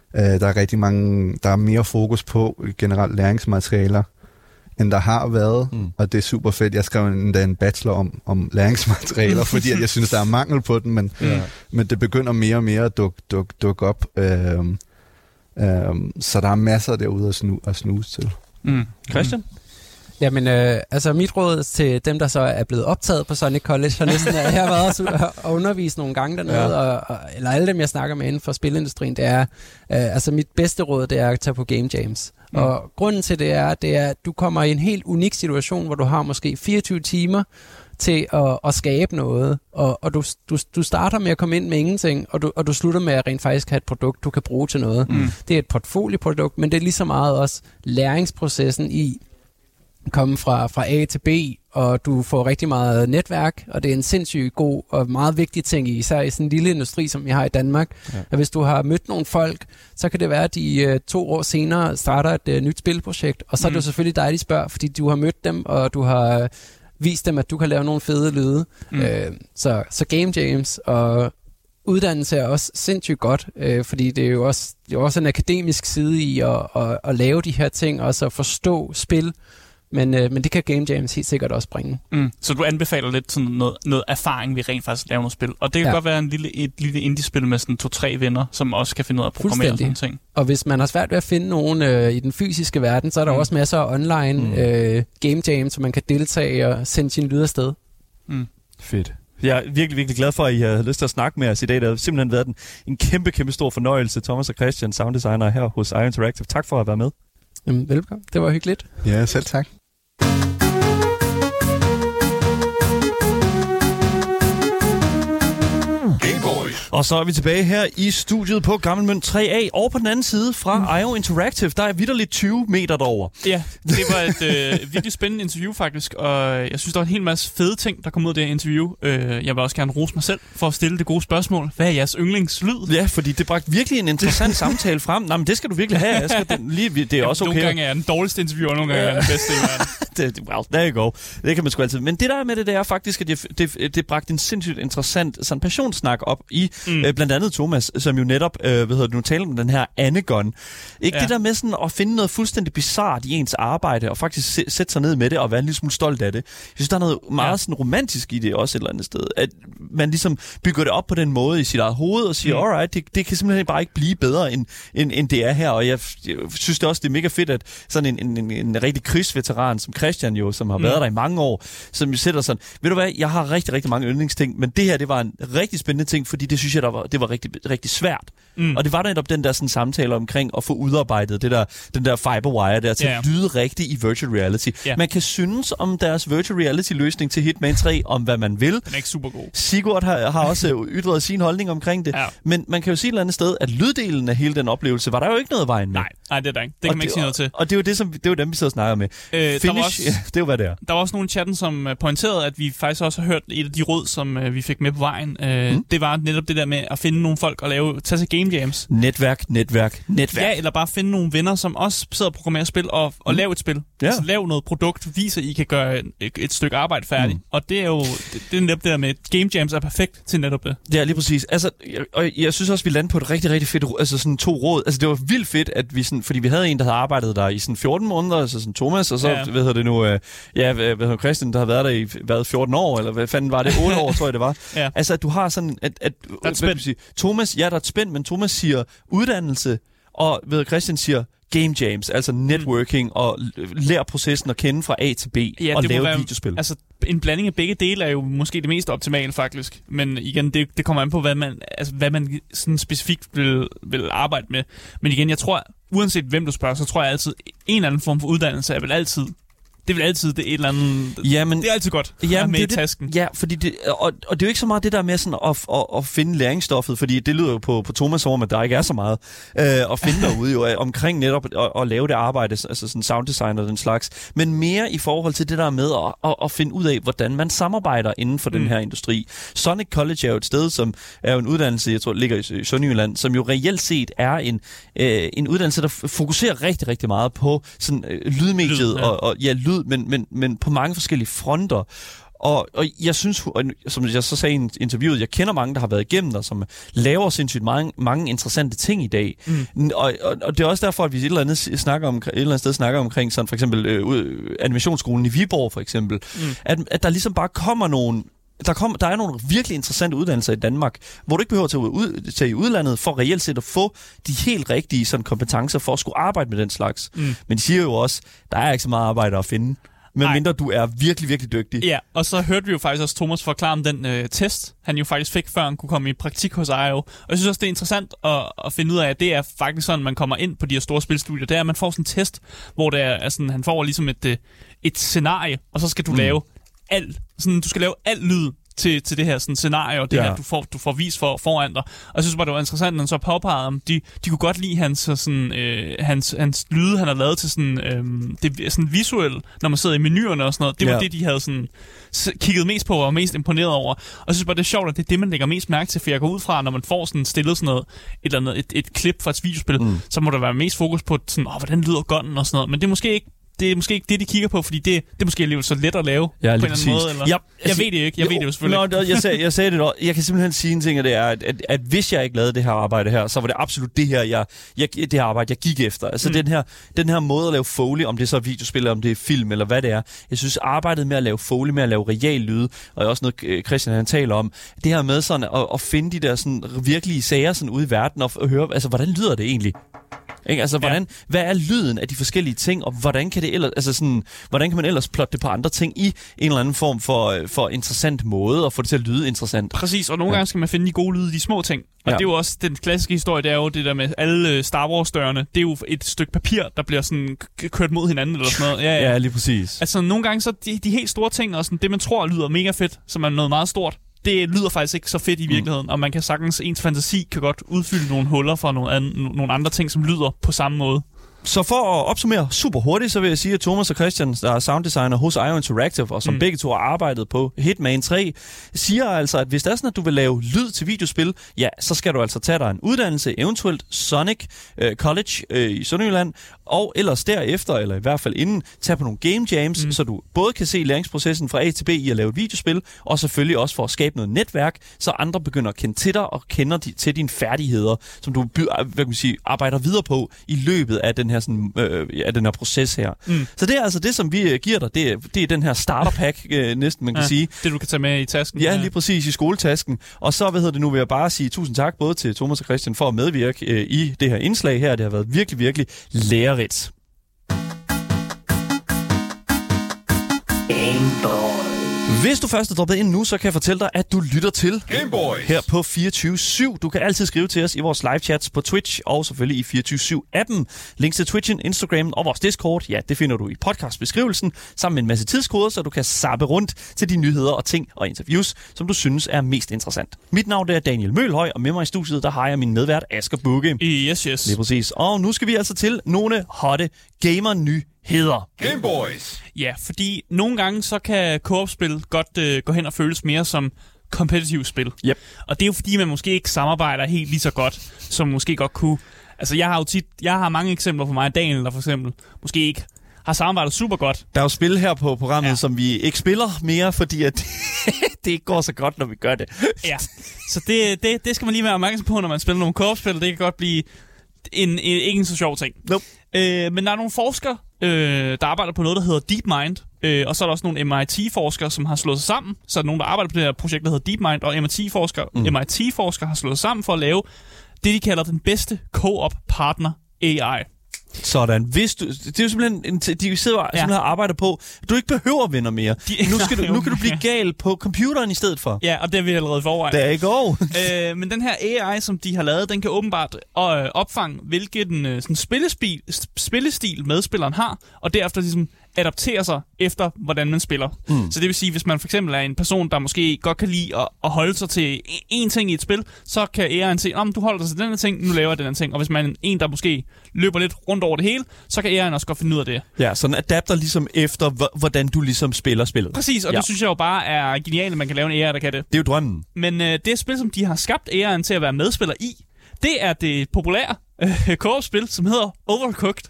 Øh, der er rigtig mange, der er mere fokus på generelt læringsmaterialer, end der har været, mm. og det er super fedt. Jeg skrev endda en bachelor om, om læringsmaterialer, fordi at jeg synes, der er mangel på den, men, ja. men det begynder mere og mere at dukke duk, duk op. Øhm, øhm, så der er masser derude at, snu, at snuse til. Mm. Christian? Mm. Jamen, øh, altså mit råd til dem, der så er blevet optaget på Sonic College, har næsten, jeg har været også og undervist nogle gange dernede, ja. og, og, eller alle dem, jeg snakker med inden for spilindustrien, det er, øh, altså mit bedste råd, det er at tage på game jams. Mm. Og grunden til det er, det er, at du kommer i en helt unik situation, hvor du har måske fireogtyve timer til at, at skabe noget, og, og du, du, du starter med at komme ind med ingenting, og du, og du slutter med at rent faktisk have et produkt, du kan bruge til noget. Mm. Det er et portfolieprodukt, men det er lige så meget også læringsprocessen i komme fra, fra A til B, og du får rigtig meget netværk, og det er en sindssygt god og meget vigtig ting, især i sådan en lille industri, som vi har i Danmark. Ja. At hvis du har mødt nogle folk, så kan det være, at de uh, to år senere starter et uh, nyt spilprojekt, og så mm. er det jo selvfølgelig dig, de spørger, fordi du har mødt dem, og du har uh, vist dem, at du kan lave nogle fede lyde. Mm. Uh, så, så game jams og uddannelse er også sindssygt godt, øh, fordi det er jo også, det er også en akademisk side i at, at, at lave de her ting, og så forstå spil. Men, øh, men det kan Game Jams helt sikkert også bringe. Mm. Så du anbefaler lidt sådan noget, noget erfaring, vi rent faktisk laver noget spil. Og det kan ja. godt være en lille, et lille indie-spil med sådan to-tre venner, som også kan finde ud af at programmere sådan ting. Og hvis man har svært ved at finde nogen øh, i den fysiske verden, så er der mm. også masser af online mm. øh, Game Jams, så man kan deltage og sende sine lyder afsted. Mm. Fedt. Jeg er virkelig, virkelig glad for, at I har lyst til at snakke med os i dag. Det har simpelthen været en, en kæmpe, kæmpe stor fornøjelse. Thomas og Christian, sounddesigner her hos IO Interactive. Tak for at være med. Jamen, velkommen. Det var hyggeligt. Ja, selv tak. Og så er vi tilbage her i studiet på Gammelmønt tre A, og på den anden side fra mm. I O Interactive. Der er vitterligt tyve meter derover. Ja, det var et øh, virkelig spændende interview faktisk, og jeg synes, der var en hel masse fede ting, der kom ud af det her interview. Øh, jeg vil også gerne rose mig selv for at stille det gode spørgsmål. Hvad er jeres yndlingslyd? Ja, fordi det bragte virkelig en interessant samtale frem. Nej, men det skal du virkelig have, Asger. Det, lige, det er ja, også okay. Nogle gange er jeg den dårligste interviewer, og nogle gange er jeg den bedste i verden. det, well, there you go. Det kan man sgu altid. Men det der med det, det er faktisk, at det, det, det bragte en sindssygt interessant sådan passionssnak op i mm. øh, blandt andet Thomas, som jo netop, øh, hvad hedder det nu, taler om den her Anegon. Ikke ja. Det der med sådan at finde noget fuldstændig bizart i ens arbejde, og faktisk s- sætte sig ned med det, og være en lille smule stolt af det. Jeg synes, der er noget meget ja. sådan romantisk i det også et eller andet sted. At man ligesom bygger det op på den måde i sit eget hoved, og siger, mm. alright, det, det kan simpelthen bare ikke blive bedre, end, end, end det er her. Og jeg, jeg synes det også, det er mega fedt, at sådan en, en, en, en rigtig krigsveteran som Christian jo, som har mm. været der i mange år, som jo sætter sådan, ved du hvad, jeg har rigtig, rigtig mange yndlingsting, men det her, det var en rigtig spændende ting, fordi det synes jeg, der var, det var rigtig, rigtig svært. Mm. Og det var netop den der sådan, samtale omkring at få udarbejdet det der, den der fiberwire der til yeah. at lyde rigtigt i virtual reality. Yeah. Man kan synes om deres virtual reality løsning til Hitman tre, om hvad man vil. Den er ikke super god. Sigurd har, har også ytret sin holdning omkring det. Ja. Men man kan jo sige et eller andet sted, at lyddelen af hele den oplevelse, var der jo ikke noget vejen med. Nej, nej det er der ikke. Det kan man ikke sige noget til. Og det er jo det, som, det er jo dem, vi sidder og snakker med. Øh, Finish, også, ja, det er jo hvad det er. Der var også nogle i chatten, som pointerede, at vi faktisk også har hørt et af de råd, som uh, vi fik med på vejen. Uh, mm. Det var netop det der med at finde nogle folk og lave, tage til game jams. Netværk, netværk, netværk. Ja, eller bare finde nogle venner, som også sidder og programmerer spil og, og mm. lave et spil. Ja. Altså lave noget produkt, viser, at I kan gøre et, et stykke arbejde færdigt. Mm. Og det er jo det, det er netop det der med, game jams er perfekt til netop det. Ja, lige præcis. Altså, jeg, og jeg synes også, vi landede på et rigtig, rigtig fedt, altså sådan to råd. Altså, det var vildt fedt, at vi sådan, fordi vi havde en, der havde arbejdet der i sådan fjorten måneder, altså sådan Thomas, og så, ja. hvad hedder det nu, øh, ja, hvad hedder Christian, der har været der i hvad, fjorten år, eller hvad fanden var det, otte år, tror jeg det var. Ja. Altså, at du har sådan, at, at hvad skal sige, Thomas, ja, der er et spænd, men Thomas siger uddannelse, og ved Christian siger game jams, altså networking, mm. og lære processen at kende fra A til B, ja, og lave være, videospil. Altså, en blanding af begge dele er jo måske det mest optimale, faktisk. Men igen, det, det kommer an på, hvad man, altså, hvad man sådan specifikt vil, vil arbejde med. Men igen, jeg tror, uanset hvem du spørger, så tror jeg altid, en eller anden form for uddannelse er vel altid det er vel altid det et eller andet. Jamen, det er altid godt at have med i tasken. Ja, fordi det, og, og det er jo ikke så meget det der med sådan at, at, at finde læringsstoffet, fordi det lyder jo på, på Thomas over, at der ikke er så meget øh, at finde derude jo, omkring netop at, at lave det arbejde, altså sådan sounddesign og den slags, men mere i forhold til det der med at, at, at finde ud af, hvordan man samarbejder inden for mm. den her industri. Sonic College er jo et sted, som er jo en uddannelse, jeg tror, ligger i Sønderjylland, som jo reelt set er en, øh, en uddannelse, der fokuserer rigtig, rigtig meget på sådan øh, lydmediet Lyd, ja. og, og ja, lyd, Men, men, men på mange forskellige fronter. Og, og jeg synes, og som jeg så sagde i interviewet, jeg kender mange, der har været igennem der, som laver sindssygt mange, mange interessante ting i dag. Mm. Og, og, og det er også derfor, at vi et eller andet, snakker om, et eller andet sted snakker omkring sådan for eksempel øh, animationsskolen i Viborg for eksempel, mm. at, at der ligesom bare kommer nogle Der, kom, der er nogle virkelig interessante uddannelser i Danmark, hvor du ikke behøver at tage, ud, tage i udlandet for reelt set at få de helt rigtige sådan, kompetencer for at skulle arbejde med den slags. Mm. Men de siger jo også, der er ikke så meget arbejde at finde, medmindre du er virkelig, virkelig dygtig. Ja, og så hørte vi jo faktisk også Thomas forklare om den øh, test, han jo faktisk fik, før han kunne komme i praktik hos I O. Og jeg synes også, det er interessant at, at finde ud af, at det er faktisk sådan, man kommer ind på de her store spilstudier. Det er, at man får sådan en test, hvor det er, er sådan, han får ligesom et, et scenarie, og så skal du mm. lave alt, sådan, du skal lave alt lyd til, til det her sådan, scenarie, og det ja. her, du får, du får vist for, foran dig. Og jeg synes bare, det var interessant, når han så påpegede om, de, de kunne godt lide hans, sådan, øh, hans, hans lyde, han har lavet til sådan, øh, det sådan visuelt, når man sidder i menuerne og sådan noget. Det var ja. det, de havde sådan, kigget mest på og var mest imponeret over. Og jeg synes bare, det er sjovt, at det er det, man lægger mest mærke til, for jeg går ud fra, når man får sådan stillet sådan noget, et, eller andet, et, et klip fra et videospil, mm. så må der være mest fokus på, sådan, åh, hvordan lyder gunnen og sådan noget. Men det er måske ikke Det er måske ikke det, de kigger på, fordi det, det er måske alligevel så let at lave ja, på en eller anden måde. Eller? Ja, jeg ved det ikke, jeg jo, ved det jo selvfølgelig no, ikke. jeg, sagde, jeg sagde det også. Jeg kan simpelthen sige en ting, og det er, at, at, at hvis jeg ikke lavede det her arbejde her, så var det absolut det her, jeg, jeg, det her arbejde, jeg gik efter. Altså mm. den, her, den her måde at lave Foley, om det er så videospil, om det er film, eller hvad det er. Jeg synes, arbejdet med at lave Foley, med at lave real lyde, og også noget, Christian han taler om, det her med sådan at, at finde de der sådan, virkelige sager sådan, ude i verden, og, og høre, altså, hvordan lyder det egentlig? Ikke? Altså, hvordan, ja. hvad er lyden af de forskellige ting, og hvordan kan det ellers, altså sådan, hvordan kan man ellers plotte det på andre ting i en eller anden form for, for interessant måde, og få det til at lyde interessant? Præcis, og nogle ja. gange skal man finde de gode lyde i de små ting. Og ja. det er jo også den klassiske historie, det er jo det der med alle Star Wars-dørene. Det er jo et stykke papir, der bliver sådan kørt mod hinanden eller sådan noget. Ja, ja. ja lige præcis. Altså, nogle gange så de, de helt store ting, og sådan, det man tror lyder mega fedt, som er noget meget stort, det lyder faktisk ikke så fedt i virkeligheden, mm. og man kan sagtens, ens fantasi kan godt udfylde nogle huller for nogle, an, nogle andre ting, som lyder på samme måde. Så for at opsummere super hurtigt, så vil jeg sige, at Thomas og Christian, der er sounddesigner hos I O Interactive, og som mm. begge to har arbejdet på Hitman tre, siger altså, at hvis det er sådan, at du vil lave lyd til videospil, ja, så skal du altså tage dig en uddannelse, eventuelt Sonic øh, College øh, i Sønderjylland, og ellers derefter, eller i hvert fald inden, tage på nogle game jams, mm. så du både kan se læringsprocessen fra A til B i at lave et videospil, og selvfølgelig også for at skabe noget netværk, så andre begynder at kende til dig og kender de, til dine færdigheder, som du hvad kan man sige, arbejder videre på i løbet af den her, sådan, øh, af den her proces her. Mm. Så det er altså det, som vi øh, giver dig. Det er, det er den her starter pack, øh, næsten man kan ja, sige. Det du kan tage med i tasken. Ja, lige præcis, i skoletasken. Og så, hvad hedder det nu, vil jeg bare sige tusind tak både til Thomas og Christian for at medvirke øh, i det her indslag her. Det har været virkelig, virkelig lærerigt. Hvis du først er droppet ind nu, så kan jeg fortælle dig, at du lytter til Gameboys her på fireogtyve syv. Du kan altid skrive til os i vores live-chats på Twitch og selvfølgelig i fireogtyve syv-appen. Links til Twitchen, Instagram og vores Discord, ja, det finder du i podcastbeskrivelsen, sammen med en masse tidskoder, så du kan zappe rundt til de nyheder og ting og interviews, som du synes er mest interessant. Mit navn er Daniel Mølhøj, og med mig i studiet, der har jeg min medvært Asger Bugge. Yes, yes. Det er præcis. Og nu skal vi altså til nogle hotte gamer-ny hedder Gameboys. Ja, fordi nogle gange så kan co-op-spil godt øh, gå hen og føles mere som competitive spil. Yep. Og det er jo fordi, man måske ikke samarbejder helt lige så godt, som måske godt kunne. Altså, jeg har jo tit, jeg har mange eksempler på mig og Daniel, der for eksempel måske ikke har samarbejdet super godt. Der er jo spil her på programmet, ja. som vi ikke spiller mere, fordi at det ikke går så godt, når vi gør det. Ja, så det, det, det skal man lige være opmærksom på, når man spiller nogle co-op-spil. Det kan godt blive en, en, ikke en så sjov ting. Nope. Øh, men der er nogle forskere, øh, der arbejder på noget, der hedder DeepMind. Øh, og så er der også nogle M I T-forskere, som har slået sig sammen. Så er der nogen, der arbejder på det her projekt, der hedder DeepMind, og M I T-forskere, mm. M I T-forskere har slået sig sammen for at lave det, de kalder den bedste co-op partner A I. Sådan. Hvis du, det er jo simpelthen, en, de sidder ja. simpelthen og arbejder på, du ikke behøver venner mere. De, nu, skal du, nu kan du blive gal på computeren i stedet for. Ja, og det er vi allerede forvejen. Der er ikke over. øh, men den her A I, som de har lavet, den kan åbenbart øh, opfange, hvilken øh, sådan spillestil, spillestil medspilleren har, og derefter ligesom adaptere sig efter, hvordan man spiller. Mm. Så det vil sige, hvis man for eksempel er en person, der måske godt kan lide at, at holde sig til én ting i et spil, så kan A I'en se, om du holder dig til den her ting, nu laver jeg den her ting. Og hvis man er en, der måske løber lidt rundt over det hele, så kan A I'en også godt finde ud af det. Ja, så den adapter ligesom efter, hvordan du ligesom spiller spillet. Præcis, og ja. det synes jeg jo bare er genialt, at man kan lave en A I, der kan det. Det er jo drømmen. Men øh, det spil, som de har skabt A I'en til at være medspiller i, det er det populære øh, co-op-spil, som hedder Overcooked.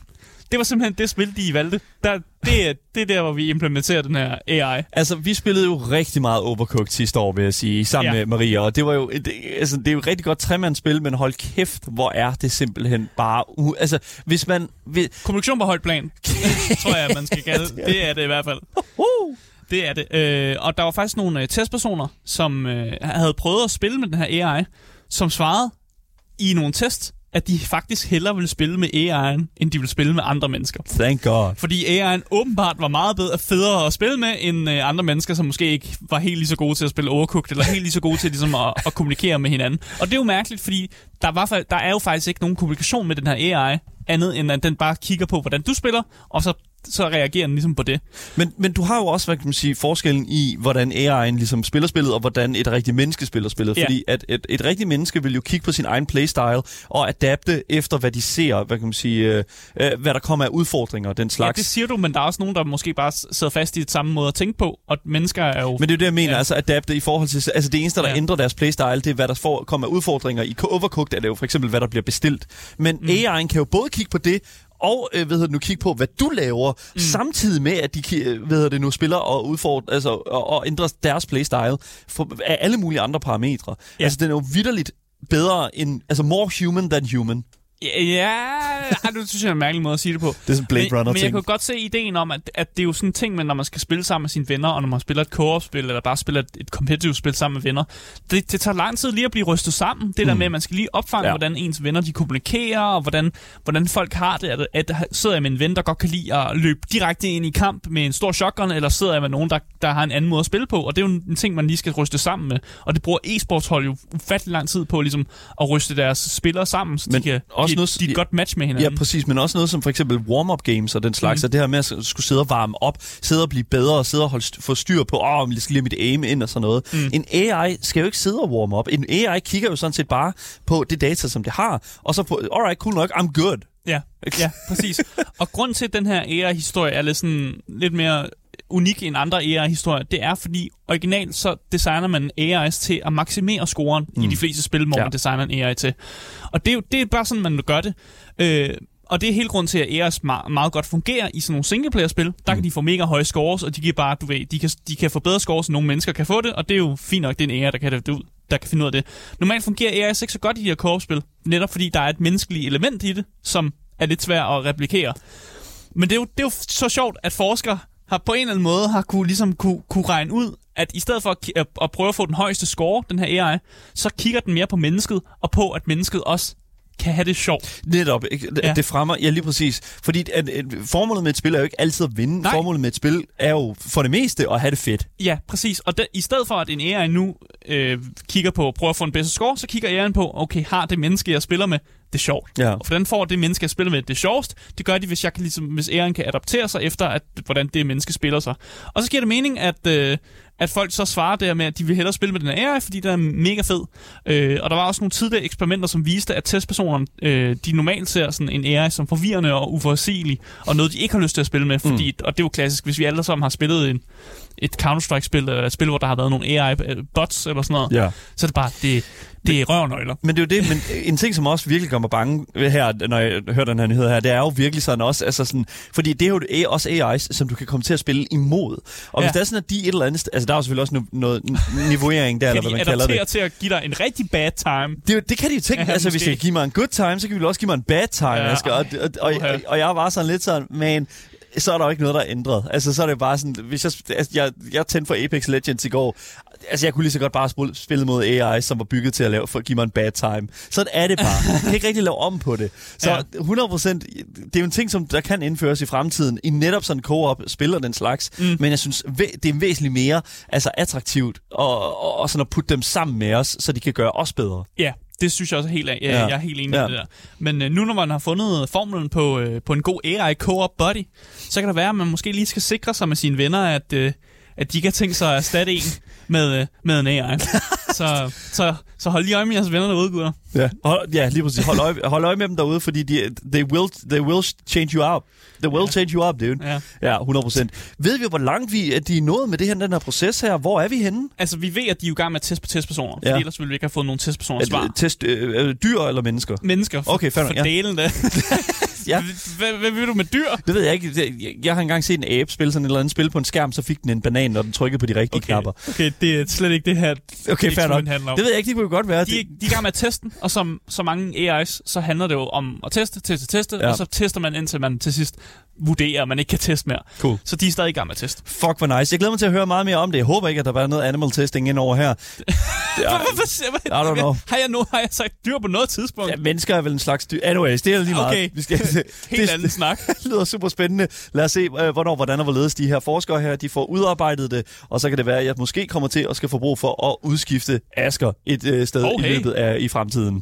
det var simpelthen det spil, de valgte. Der, det, er, det er der, hvor vi implementerer den her A I. Altså, vi spillede jo rigtig meget Overcooked sidste år, vil jeg sige, sammen ja. med Maria, og det var jo, det, altså, det er jo et rigtig godt tremandsspil, men hold kæft, hvor er det simpelthen bare... Uh, altså, hvis man... Vil... Kommunikation på højt plan, tror jeg, man skal kalde det. Det er det i hvert fald. Det er det. Øh, og der var faktisk nogle øh, testpersoner, som øh, havde prøvet at spille med den her A I, som svarede i nogle tests, at de faktisk hellere ville spille med A I'en, end de ville spille med andre mennesker. Thank God. Fordi A I'en åbenbart var meget bedre, federe at spille med, end øh, andre mennesker, som måske ikke var helt lige så gode til at spille Overcooked, eller helt lige så gode til ligesom, at, at kommunikere med hinanden. Og det er jo mærkeligt, fordi der, var, der er jo faktisk ikke nogen kommunikation med den her A I, andet end at den bare kigger på, hvordan du spiller, og så så reagerer den ligesom på det. Men, men du har jo også, hvad kan man sige, forskellen i, hvordan A I'en ligesom spiller spillet, og hvordan et rigtigt menneske spiller spillet. Ja. Fordi at et, et rigtigt menneske vil jo kigge på sin egen playstyle og adapte efter, hvad de ser, hvad kan man sige, øh, øh, hvad der kommer af udfordringer og den slags. Ja, det siger du, men der er også nogen, der måske bare sidder fast i det samme måde at tænke på, og mennesker er jo... Men det er det, jeg mener, ja. altså adapte i forhold til... Altså det eneste, der ja. ændrer deres playstyle, det er, hvad der får, kommer af udfordringer. I Overcooked er det jo for eksempel, hvad der bliver bestilt. Men mm. A I'en kan jo både kigge på det, og øh, ved du nu kigge på, hvad du laver, mm. samtidig med, at de ved det nu spiller og udfordrer, altså og, og ændrer deres playstyle for, af alle mulige andre parametre. Ja. Altså, den er jo vitterligt bedre end, altså more human than human. Ja, ja, det synes jeg er en mærkelig måde at sige det på. Det er sådan Blade Runner-ting. Men jeg kan godt se ideen om, at, at det er jo sådan en ting, men når man skal spille sammen med sine venner, og når man spiller et co-op-spil, eller bare spiller et, et competitive spil sammen med venner, det, det tager lang tid lige at blive rystet sammen. Det mm. der med, at man skal lige opfange, ja. hvordan ens venner de kommunikerer, og hvordan, hvordan folk har det. At, at sidder jeg med en ven, der godt kan lide at løbe direkte ind i kamp med en stor shotgun, eller sidder jeg med nogen, der, der har en anden måde at spille på. Og det er jo en ting, man lige skal ryste sammen med. Og det bruger e-sportshold jo ufattelig lang tid på ligesom, at ryste deres spillere sammen, så men de kan... De, noget, de er et godt match med hinanden. Ja, præcis, men også noget som for eksempel warm-up games og den slags, mm. og det her med at skulle sidde og varme op, sidde og blive bedre, sidde og holde st- få styr på, åh, oh, jeg skal lige have mit aim ind og sådan noget. Mm. En A I skal jo ikke sidde og warm up. En A I kigger jo sådan set bare på det data, som det har, og så på, alright, cool nok, I'm good. Ja, ja, præcis. Og grund til, at den her A I-historie er lidt, sådan, lidt mere unik end andre A I-historier, det er, fordi originalt så designer man A I's til at maksimere scoren mm. i de fleste spil, hvor ja. man designer en A I til. Og det er jo det er bare sådan, man gør det. Øh, og det er hele grunden til, at A I's meget, meget godt fungerer i sådan nogle singleplayer-spil. Der mm. kan de få mega høje scores, og de kan bare, du ved, de kan, de kan få bedre scores, end nogle mennesker kan få det, og det er jo fint nok, det er en A I, der kan, det, der kan finde ud af det. Normalt fungerer A I's ikke så godt i de her co-op-spil, netop fordi der er et menneskeligt element i det, som er lidt svært at replikere. Men det er jo, det er jo så sjovt, at forskere har på en eller anden måde har kunne, ligesom, kunne, kunne regne ud, at i stedet for at, at, at prøve at få den højeste score, den her A I, så kigger den mere på mennesket, og på, at mennesket også kan have det sjovt. Netop. Ja. Det fremmer, ja lige præcis. Fordi at, at, formålet med et spil er jo ikke altid at vinde. Nej. Formålet med et spil er jo for det meste at have det fedt. Ja, præcis. Og de, i stedet for, at en A I nu øh, kigger på, prøver at få en bedste score, så kigger A I'en på, okay, har det menneske, jeg spiller med, det er sjovt. Ja. Og hvordan får det menneske, jeg spiller med, det sjovst? Det gør de, hvis, jeg kan, ligesom, hvis A I'en kan adaptere sig efter, at, hvordan det menneske spiller sig. Og så giver det mening, at... Øh, at folk så svarer der med, at de vil hellere spille med den her A I, fordi den er mega fed. Øh, og der var også nogle tidligere eksperimenter, som viste, at testpersonerne, øh, de normalt ser sådan en A I som forvirrende og uforudsigelig, og noget, de ikke har lyst til at spille med, fordi, mm. og det er jo klassisk, hvis vi alle sammen har spillet en, et Counter-Strike-spil, eller et spil, hvor der har været nogle A I-bots eller sådan noget, ja. Så er det bare, det, det er røvnøgler. Men det er jo det, men en ting, som også virkelig gør mig bange her, når jeg hører den her nyhed her, det er jo virkelig sådan også, altså sådan, fordi det er jo også A I's, som du kan komme til at spille imod. Og ja. Hvis der er sådan, at de et eller andet, altså der er jo selvfølgelig også noget niveauering der, eller hvad man kalder det. Kan de til at give dig en rigtig bad time? Det, det kan de jo tænke, ja, altså hvis de kan give mig en good time, så kan de også give mig en bad time, ja. Asger. Og, og, og, og, og jeg var sådan lidt sådan, man... så er der jo ikke noget, der er ændret. Altså, så er det bare sådan, hvis jeg, altså, jeg, jeg tændte for Apex Legends i går, altså, jeg kunne lige så godt bare spille mod A I, som var bygget til at, lave, for at give mig en bad time. Sådan er det bare. Jeg kan ikke rigtig lave om på det. Så ja. hundrede procent, det er jo en ting, som der kan indføres i fremtiden, i netop sådan co-op spiller den slags, mm. men jeg synes, det er væsentligt mere altså, attraktivt, og, og, og sådan at putte dem sammen med os, så de kan gøre os bedre. Ja. Det synes jeg også helt af. Jeg, ja. jeg er helt enig ja. med det der. Men øh, nu når man har fundet formlen på, øh, på en god A I co-op buddy, så kan det være, at man måske lige skal sikre sig med sine venner, at, øh, at de kan tænke sig at erstatte en med, øh, med en A I. så, så, så hold lige øje med jeres venner derude, gutter. Ja, hold, ja lige præcis. Hold øje, hold øje med dem derude, fordi de, they, will, they will change you up. They will ja. change you up, dude. Ja, ja hundrede procent. Ved vi, hvor langt vi er de er nået med det her, den her proces her? Hvor er vi henne? Altså, vi ved, at de er i gang med at teste på testpersoner. Ja. Fordi ellers ville vi ikke have fået nogle testpersoner svar. Test, øh, dyr eller mennesker? Mennesker. For, okay, fair for ja. delen det. ja. Hvad, hvad vil du med dyr? Det ved jeg ikke. Jeg, jeg har engang set en abe spille sådan et eller andet spil på en skærm, så fik den en banan, når den trykkede på de rigtige okay. knapper. Okay, det er slet ikke det her, okay, fair nok. handler om. Det ved jeg ikke, det kunne godt være. De, de er i gang med at teste den, og som så mange A I's, så handler det jo om at teste, teste, teste, ja. og så tester man, indtil man til sidst vurderer, at man ikke kan teste mere. Cool. Så de er stadig i gang med at teste. Fuck, hvor nice. Jeg glæder mig til at høre meget mere om det. Jeg håber ikke, at der var noget animal testing ind over her. I don't know. Har jeg, nu, har jeg sagt dyr på noget tidspunkt? Ja, mennesker er vel en slags dyr. Anyways, det er lige meget. Okay, vi skal, helt det, anden snak. Det lyder super spændende. Lad os se, hvornår, hvordan og hvorledes de her forskere her, de får udarbejdet det, og så kan det være, at jeg måske kommer til at skal få brug for at udskifte Asger et øh, sted oh, hey. i løbet af i fremtiden.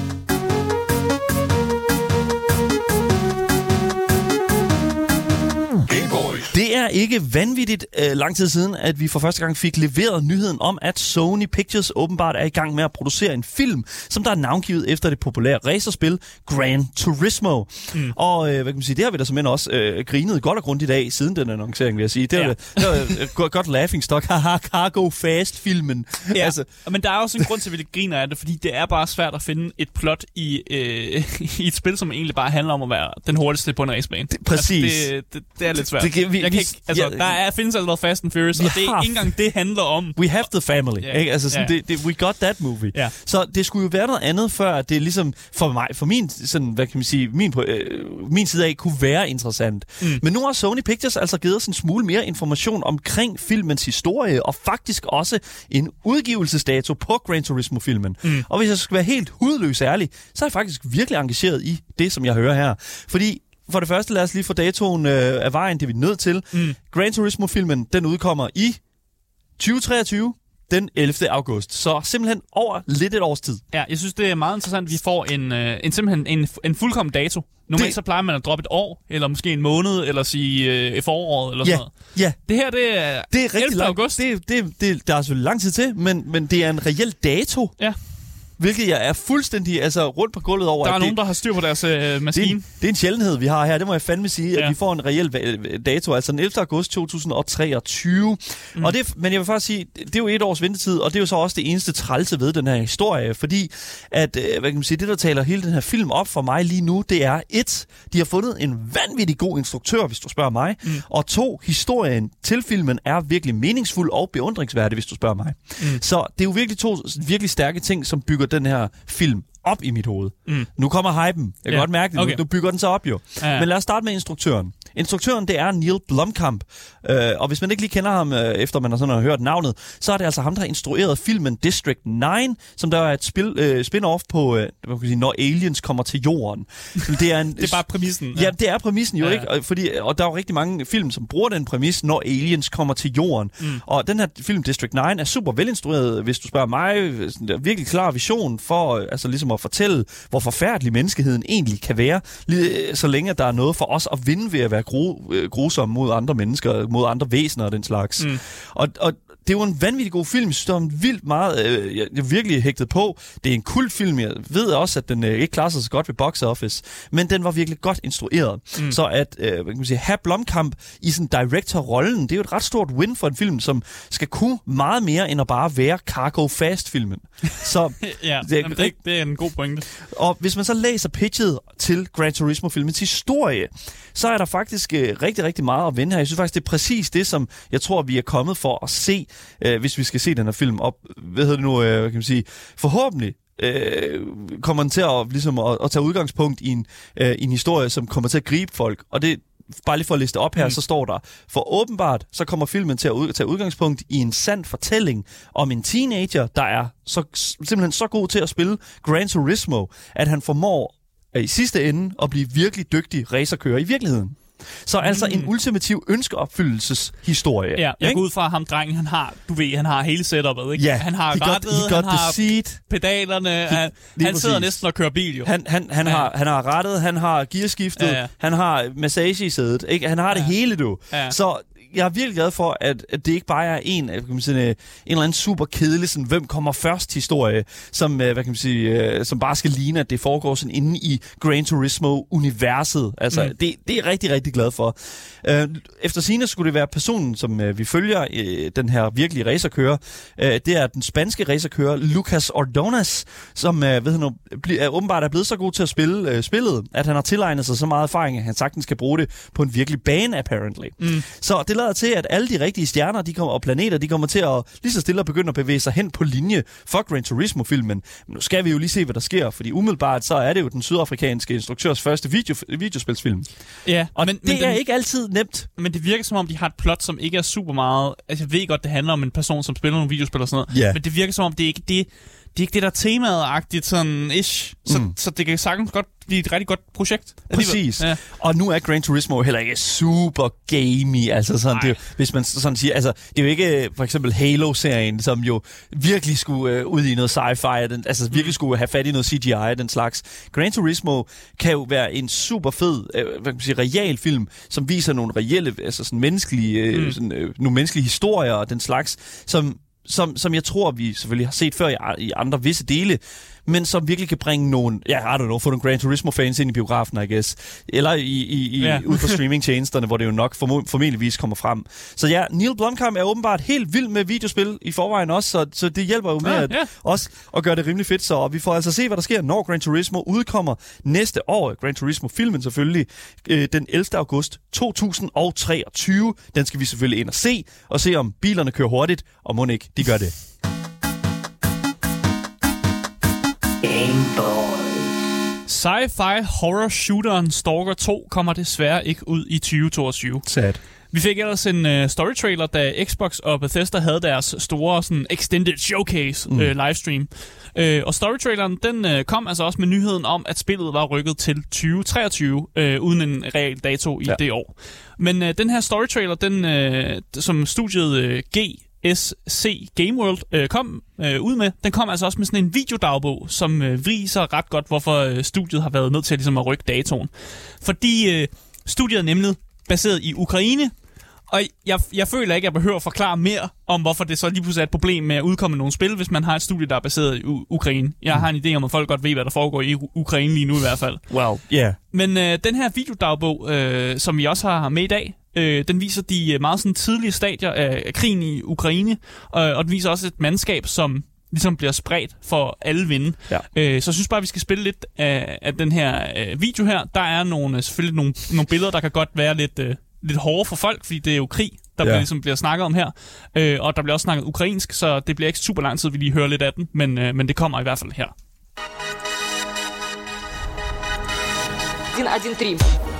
Det er ikke vanvittigt øh, lang tid siden, at vi for første gang fik leveret nyheden om, at Sony Pictures åbenbart er i gang med at producere en film, som der er navngivet efter det populære racerspil Gran Turismo. Mm. Og øh, hvad kan man sige, det har vi da simpelthen også øh, grinet godt og grundigt af siden den annoncering, vil jeg sige. Det er ja. øh, godt laughing stock. Haha, Cargo Fast-filmen. Ja, altså. Men der er også en grund til, at vi griner af det, fordi det er bare svært at finde et plot i, øh, i et spil, som egentlig bare handler om at være den hurtigste på en racebane. Det, præcis. Altså, det, det, det er lidt svært. Det, det, vi, jeg kan ikke, altså, ja, der er, findes allerede Fast and Furious, og det er ikke engang det handler om. We have the family. Yeah. Ikke? Altså, sådan, yeah. det, det, we got that movie. Yeah. Så det skulle jo være noget andet, før det ligesom for mig, for min, sådan, hvad kan man sige, min, øh, min side af kunne være interessant. Mm. Men nu har Sony Pictures altså givet os en smule mere information omkring filmens historie, og faktisk også en udgivelsesdato på Gran Turismo-filmen. Mm. Og hvis jeg skal være helt hudløs ærlig, så er jeg faktisk virkelig engageret i det, som jeg hører her. Fordi for det første, lad os lige få datoen øh, af vejen, det vi er nødt til. Mm. Gran Turismo-filmen, den udkommer i tyve treogtyve, den ellevte august. Så simpelthen over lidt et års tid. Ja, jeg synes, det er meget interessant, at vi får en, øh, en simpelthen en, en fuldkommen dato. Normalt det... så plejer man at droppe et år, eller måske en måned, eller sige øh, et foråret, eller ja, sådan noget. Ja. Det her, det er, det er rigtig august. Det, det, det, der er selvfølgelig lang tid til, men, men det er en reel dato. Ja. Hvilket jeg er fuldstændig altså, rundt på gulvet over. Der er at nogen, det, der har styr på deres øh, maskine. Det, det er en sjældenhed, vi har her. Det må jeg fandme sige, ja. At vi får en reel dato, altså den ellevte august to tusind treogtyve. Mm. Og det, men jeg vil faktisk sige, det er jo et års ventetid, og det er jo så også det eneste trælse ved den her historie, fordi at, hvad kan man sige, det, der taler hele den her film op for mig lige nu, det er et, de har fundet en vanvittig god instruktør, hvis du spørger mig, mm. og to, historien til filmen er virkelig meningsfuld og beundringsværdig, hvis du spørger mig. Mm. Så det er jo virkelig to virkelig stærke ting, som bygger den her film op i mit hoved. Mm. Nu kommer hypen. Jeg kan ja. godt mærke det. Okay. Nu, nu bygger den sig op jo. Ja, ja. Men lad os starte med instruktøren. Instruktøren, det er Neil Blomkamp. Øh, og hvis man ikke lige kender ham, øh, efter man har, sådan har hørt navnet, så er det altså ham, der har instrueret filmen District ni, som der er et spil, øh, spin-off på, øh, man kan sige, når aliens kommer til jorden. Det er, en, det er bare præmissen. Ja, ja det er præmissen jo, ja, ja. ikke? Og, fordi, og der er jo rigtig mange film, som bruger den præmis, når aliens kommer til jorden. Mm. Og den her film District ni er super velinstrueret, hvis du spørger mig. Der er virkelig klar vision for altså, ligesom at fortælle, hvor forfærdelig menneskeheden egentlig kan være, så længe der er noget for os at vinde ved at være gru, grusomme mod andre mennesker, mod andre væsener og den slags. Mm. Og, og det er jo en vanvittig god film. Jeg synes, der er vildt meget, øh, jeg er virkelig hægtet på. Det er en kultfilm. Jeg ved også, at den øh, ikke klarer sig så godt ved box office, men den var virkelig godt instrueret. Mm. Så at øh, hvad kan man sige, have Blomkamp i sådan director-rollen, det er jo et ret stort win for en film, som skal kunne meget mere end at bare være Cargo Fast-filmen. Så ja, det, er, det, det er en god pointe. Og hvis man så læser pitchet til Gran Turismo-filmens historie, så er der faktisk øh, rigtig, rigtig meget at vende her. Jeg synes faktisk, det er præcis det, som jeg tror, vi er kommet for at se, øh, hvis vi skal se den her film op. Hvad hedder det nu, øh, kan man sige, forhåbentlig øh, kommer den til at, ligesom, at, at tage udgangspunkt i en, øh, en historie, som kommer til at gribe folk. Og det bare lige for at liste op her, mm. så står der, for åbenbart, så kommer filmen til at ud, tage udgangspunkt i en sand fortælling om en teenager, der er så, simpelthen så god til at spille Gran Turismo, at han formår i sidste ende at blive virkelig dygtig racerkører i virkeligheden. Så mm. altså en ultimativ ønskeopfyldelseshistorie. Ja, jeg går ud fra ham, drengen, han har, du ved, han har hele setupet, ikke? Ja, han har rattet, han har seat. pedalerne, he, han, han sidder næsten og kører bil, jo. Han, han, han, ja. har, han har rattet, han har gearskiftet, ja, ja. han har massage i sædet, ikke? Han har det ja. hele, du. Ja. Så jeg er virkelig glad for, at, at det ikke bare er en, kan man sige, en eller anden super kedelig, sådan, hvem kommer først historie, som, hvad kan man sige, som bare skal ligne, at det foregår sådan inde i Gran Turismo-universet. Altså, mm. det, det er jeg rigtig, rigtig glad for. Efter sigende skulle det være personen, som vi følger, den her virkelige racerkører. Det er den spanske racerkører Lucas Ordonez, som ved nu, er, åbenbart er blevet så god til at spille spillet, at han har tilegnet sig så meget erfaring, at han sagtens kan bruge det på en virkelig bane, apparently. Mm. Så det lader til, at alle de rigtige stjerner de kommer, og planeter de kommer til at lige så stille og begynde at bevæge sig hen på linje for Gran Turismo-filmen. Men nu skal vi jo lige se, hvad der sker, fordi umiddelbart så er det jo den sydafrikanske instruktørs første video, videospilsfilm. Ja, og men, det men er den, ikke altid nemt. Men det virker som om, de har et plot, som ikke er super meget... Altså, jeg ved godt, det handler om en person, som spiller nogle videospil og sådan noget, yeah. men det virker som om, det er ikke det... Det er ikke det, der er temaet-agtigt, sådan ish. Så, mm. så det kan sagtens godt blive et rigtig godt projekt. Præcis. Ja. Og nu er Gran Turismo heller ikke super gamey. Altså sådan, det, hvis man sådan siger, altså, det er jo ikke for eksempel Halo-serien, som jo virkelig skulle øh, ud i noget sci-fi, den, altså virkelig mm. skulle have fat i noget C G I, den slags. Gran Turismo kan jo være en super fed, øh, hvad kan man sige, real film, som viser nogle reelle, altså sådan menneskelige, øh, mm. sådan, øh, nogle menneskelige historier og den slags, som Som, som jeg tror, vi selvfølgelig har set før i, i andre visse dele, men som virkelig kan bringe nogle, ja, I don't know, få nogle Gran Turismo-fans ind i biografen, I guess. Eller i, i, i, yeah. ud på streaming-tjenesterne, hvor det jo nok form- formeligvis kommer frem. Så ja, Neil Blomkamp er åbenbart helt vild med videospil i forvejen også, så, så det hjælper jo med ja, at, yeah. også at gøre det rimelig fedt. Så vi får altså se, hvad der sker, når Gran Turismo udkommer næste år. Gran Turismo-filmen selvfølgelig, øh, den ellevte august to tusind og treogtyve. Den skal vi selvfølgelig ind og se, og se om bilerne kører hurtigt, og må ikke de gør det. Sci-fi horror shooteren Stalker to kommer desværre ikke ud i tyve toogtyve. Sad. Vi fik ellers en uh, story trailer, da Xbox og Bethesda havde deres store sådan, extended showcase mm. uh, livestream. Uh, og story traileren den uh, kom altså også med nyheden om, at spillet var rykket til tyve treogtyve, uh, uden en reel dato i ja. det år. Men uh, den her story trailer, den, uh, som studiet uh, G S C Game World øh, kom øh, ud med, den kom altså også med sådan en videodagbog, som øh, viser ret godt, hvorfor øh, studiet har været nødt til ligesom, at rykke datoen. Fordi øh, studiet er nemlig baseret i Ukraine, og jeg, jeg føler ikke, at jeg behøver at forklare mere om, hvorfor det så lige pludselig er et problem med at udkomme nogle spil, hvis man har et studie, der er baseret i U- Ukraine. Jeg har en idé om, at folk godt ved, hvad der foregår i U- Ukraine lige nu i hvert fald. Wow, yeah. Men øh, den her videodagbog, øh, som vi også har med i dag, Øh, den viser de meget sådan tidlige stadier af, af krigen i Ukraine, øh, og den viser også et mandskab, som ligesom bliver spredt for alle vinde. Ja. Øh, så jeg synes bare, vi skal spille lidt af, af den her øh, video her. Der er nogle, selvfølgelig nogle, nogle billeder, der kan godt være lidt, øh, lidt hårde for folk, fordi det er jo krig, der ja. bliver, ligesom bliver snakket om her. Øh, og der bliver også snakket ukrainsk, så det bliver ikke super lang tid, vi lige hører lidt af den, men, øh, men det kommer i hvert fald her. один один три.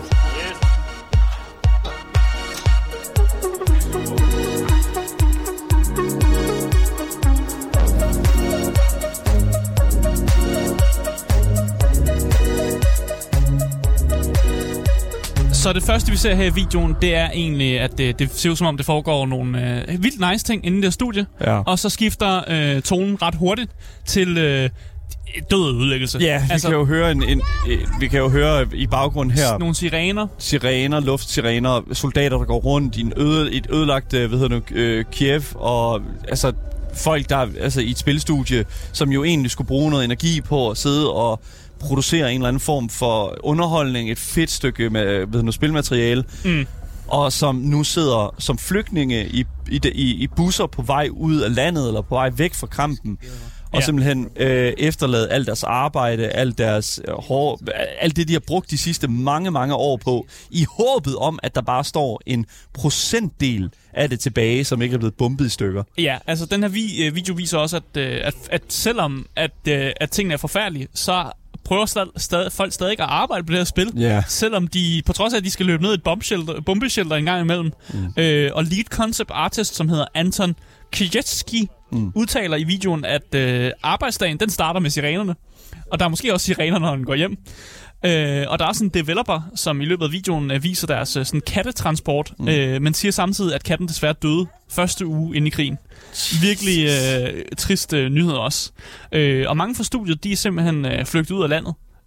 Så det første, vi ser her i videoen, det er egentlig, at det, det ser ud som om, det foregår nogle øh, vildt nice ting inden det her studie. Ja. Og så skifter øh, tonen ret hurtigt til øh, død og ødelæggelse. Ja, vi altså, kan jo høre en, en, en, vi kan jo høre i baggrunden her nogle sirener, sirener, luftsirener, soldater der går rundt i en øde, et ødelagt, hvad hedder det, øh, Kiev, og altså folk der altså i et spilstudie, som jo egentlig skulle bruge noget energi på at sidde og producere en eller anden form for underholdning, et fedt stykke med ved noget spilmateriale, mm. og som nu sidder som flygtninge i, i, i, i busser på vej ud af landet, eller på vej væk fra kampen, og ja. simpelthen øh, efterlade alt deres arbejde, alt deres øh, hår, alt det, de har brugt de sidste mange, mange år på, i håbet om, at der bare står en procentdel af det tilbage, som ikke er blevet bombet i stykker. Ja, altså den her vi, øh, video viser også, at, øh, at, at selvom at, øh, at tingene er forfærdelige, så prøver stad, stad, folk stadig at arbejde på det her spil, yeah. selvom de, på trods af, at de skal løbe ned i et bombeshelter, bombeshelter en gang imellem. Mm. Øh, og lead concept artist, som hedder Anton Kijecki, mm. udtaler i videoen, at øh, arbejdsdagen, den starter med sirenerne. Og der er måske også sirener, når den går hjem. Øh, og der er også en developer, som i løbet af videoen øh, viser deres øh, sådan kattetransport, mm. øh, men siger samtidig, at katten desværre døde første uge inde i krigen. Virkelig øh, trist øh, nyhed også. Øh, og mange fra studiet, de er simpelthen øh, flygtet ud af landet.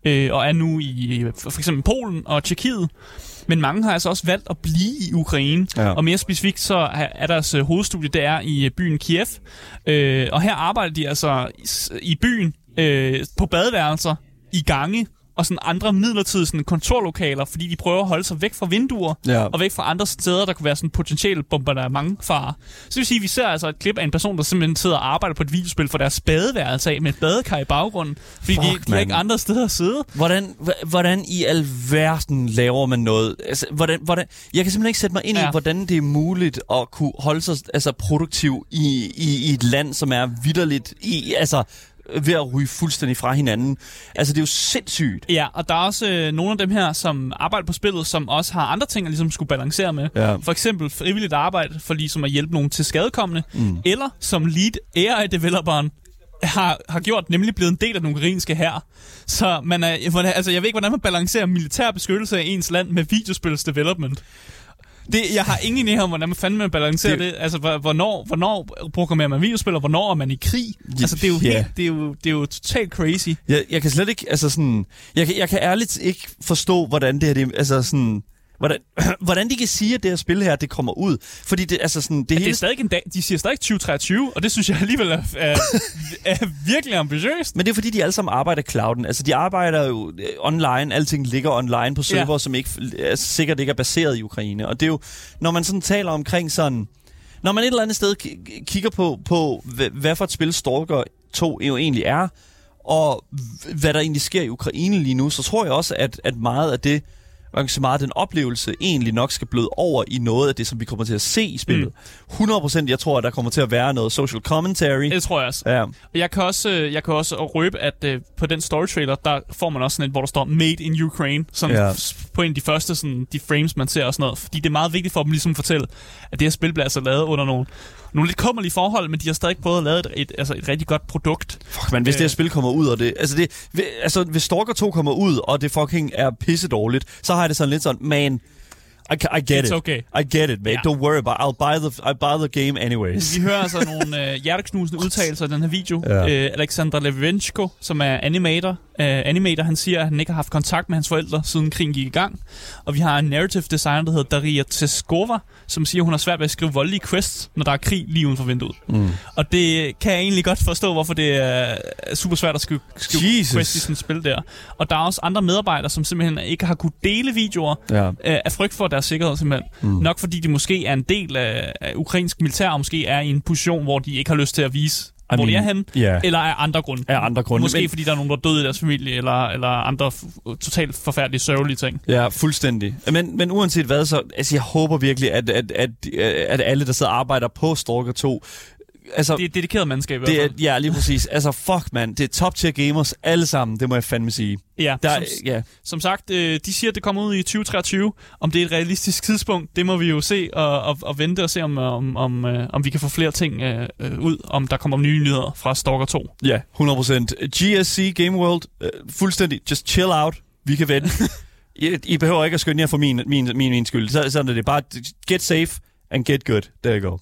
øh, og er nu i for eksempel Polen og Tjekkiet. Men mange har altså også valgt at blive i Ukraine. Ja. Og mere specifikt så er deres hovedstudie, der er i byen Kiev. Øh, og her arbejder de altså i byen øh, på badeværelser, i gange, og sådan andre midlertidige sådan kontorlokaler, fordi de prøver at holde sig væk fra vinduer, ja. og væk fra andre steder, der kunne være sådan potentielle bombardement-fare. Så det vil sige, at vi ser altså et klip af en person, der simpelthen sidder og arbejder på et videospil for deres badeværelse af, med et badekar i baggrunden, fordi Fuck, de, de har ikke andre steder at sidde. Hvordan, hvordan i alverden laver man noget? Altså, hvordan, hvordan, jeg kan simpelthen ikke sætte mig ind ja. i, hvordan det er muligt at kunne holde sig altså, produktiv i, i, i et land, som er vitterligt i, altså, ved at ryge fuldstændig fra hinanden. Altså, det er jo sindssygt. Ja, og der er også øh, nogle af dem her, som arbejder på spillet, som også har andre ting, at ligesom skulle balancere med. Ja. For eksempel frivilligt arbejde, for ligesom at hjælpe nogen til skadekommende, mm. eller som lead A I-developeren har, har gjort, nemlig blevet en del af den ukrainske hær. Så man er, altså, jeg ved ikke, hvordan man balancerer militær beskyttelse af ens land med videospils development. Det, jeg har ingen idé om, hvordan man fandme balancerer det. det. Altså, hvornår, hvornår programmerer man videospil, og hvornår er man i krig? Altså, det er jo, yeah. helt, det er jo, det er jo totalt crazy. Jeg, jeg kan slet ikke, altså sådan, jeg kan, jeg kan ærligt ikke forstå, hvordan det her, det, altså sådan, hvordan, hvordan de kan sige, at det her spil her, det kommer ud. Fordi det, altså sådan, det, ja, hele... det er stadig en dag, de siger stadig tyve treogtyve, og det synes jeg alligevel er, er, er virkelig ambitiøst. Men det er fordi, de alle sammen arbejder i clouden. Altså, de arbejder jo online, alting ligger online på server, ja. som ikke, altså, sikkert ikke er baseret i Ukraine. Og det er jo, når man sådan taler omkring sådan, når man et eller andet sted k- kigger på, på hvad for et spil Stalker to jo egentlig er, og hvad der egentlig sker i Ukraine lige nu, så tror jeg også, at, at meget af det, så meget den oplevelse egentlig nok skal bløde over i noget af det, som vi kommer til at se i spillet. Mm. hundrede procent jeg tror, at der kommer til at være noget social commentary. Det tror jeg også. Ja. Jeg kan også, jeg kan også røbe, at uh, på den story trailer, der får man også sådan et, hvor der står Made in Ukraine, sådan ja. på en af de første sådan, de frames, man ser og sådan noget. Fordi det er meget vigtigt for dem ligesom at fortælle, at det her spil bliver altså lavet under nogle, nogle lidt kummerlige forhold, men de har stadig prøvet at lave et, et, altså et rigtig godt produkt. Fuck, man, hvis øh. det her spil kommer ud, og det, altså det, altså hvis Stalker to kommer ud, og det fucking er pisse dårligt, så har jeg det sådan lidt sådan, man, I, I get It's it. Okay. I get it, man. Yeah. Don't worry about it. I'll buy the, I'll buy the game anyways. Vi hører altså nogle øh, hjerteknusende udtalelser i den her video. Ja. Øh, Alexander Levenchko, som er animator, øh, animator, han siger, at han ikke har haft kontakt med hans forældre, siden krigen gik i gang. Og vi har en narrative designer, der hedder Daria Teskova, som siger, at hun har svært ved at skrive voldelige quests, når der er krig lige uden for vinduet. Mm. Og det kan jeg egentlig godt forstå, hvorfor det er super svært at skrive, skrive quests i sådan et spil der. Og der er også andre medarbejdere, som simpelthen ikke har kunnet dele videoer ja. øh, af frygt for deres sikkerhed simpelthen. Mm. Nok fordi de måske er en del af, af ukrainsk militær, og måske er i en position, hvor de ikke har lyst til at vise, I hvor mean, de er henne, yeah. eller af andre grunde. Af andre grunde. Måske men... fordi der er nogen, der er døde i deres familie, eller, eller andre f- totalt forfærdelige, sørgelige ting. Ja, fuldstændig. Men, men uanset hvad, så altså, jeg håber virkelig, at, at, at, at alle, der sidder og arbejder på Stalker to, altså, det er et dedikeret mandskab i det hvert fald. Ja, lige præcis. Altså, fuck, man. Det er top-tier gamers alle sammen, det må jeg fandme sige. Ja, der, som, ja. som sagt, øh, de siger, at det kommer ud i tyve treogtyve. Om det er et realistisk tidspunkt, det må vi jo se og, og, og vente og se, om, om, om, øh, om vi kan få flere ting øh, ud, om der kommer nye nyheder fra Stalker to. Ja, hundrede procent. G S C Game World, øh, fuldstændig, just chill out. Vi kan vente. I, I behøver ikke at skynde jer for min, min, min, min skyld. Så, sådan er det. Bare get safe and get good. There you go.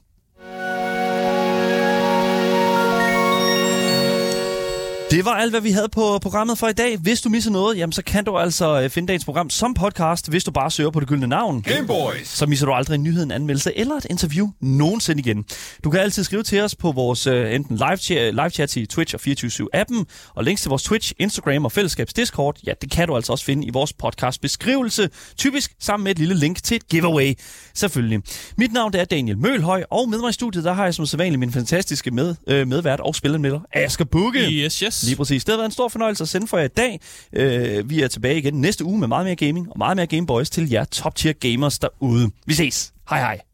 Det var alt, hvad vi havde på programmet for i dag. Hvis du misser noget, jamen, så kan du altså finde dagens program som podcast, hvis du bare søger på det gyldne navn. Gameboys! Så misser du aldrig en nyhed, en anmeldelse eller et interview nogensinde igen. Du kan altid skrive til os på vores uh, enten live-chat, live-chat i Twitch og fireogtyve syv appen, og links til vores Twitch, Instagram og fællesskabs Discord, ja, det kan du altså også finde i vores podcast-beskrivelse. Typisk sammen med et lille link til et giveaway. Selvfølgelig. Mit navn det er Daniel Mølhøj, og med mig i studiet, der har jeg som sædvanligt min fantastiske med, øh, medvært og spilleranmelder, Asger Bugge. Yes, yes. Lige præcis. Det har været en stor fornøjelse at sende for jer i dag. Øh, vi er tilbage igen næste uge med meget mere gaming og meget mere Gameboys til jer top-tier gamers derude. Vi ses. Hej hej.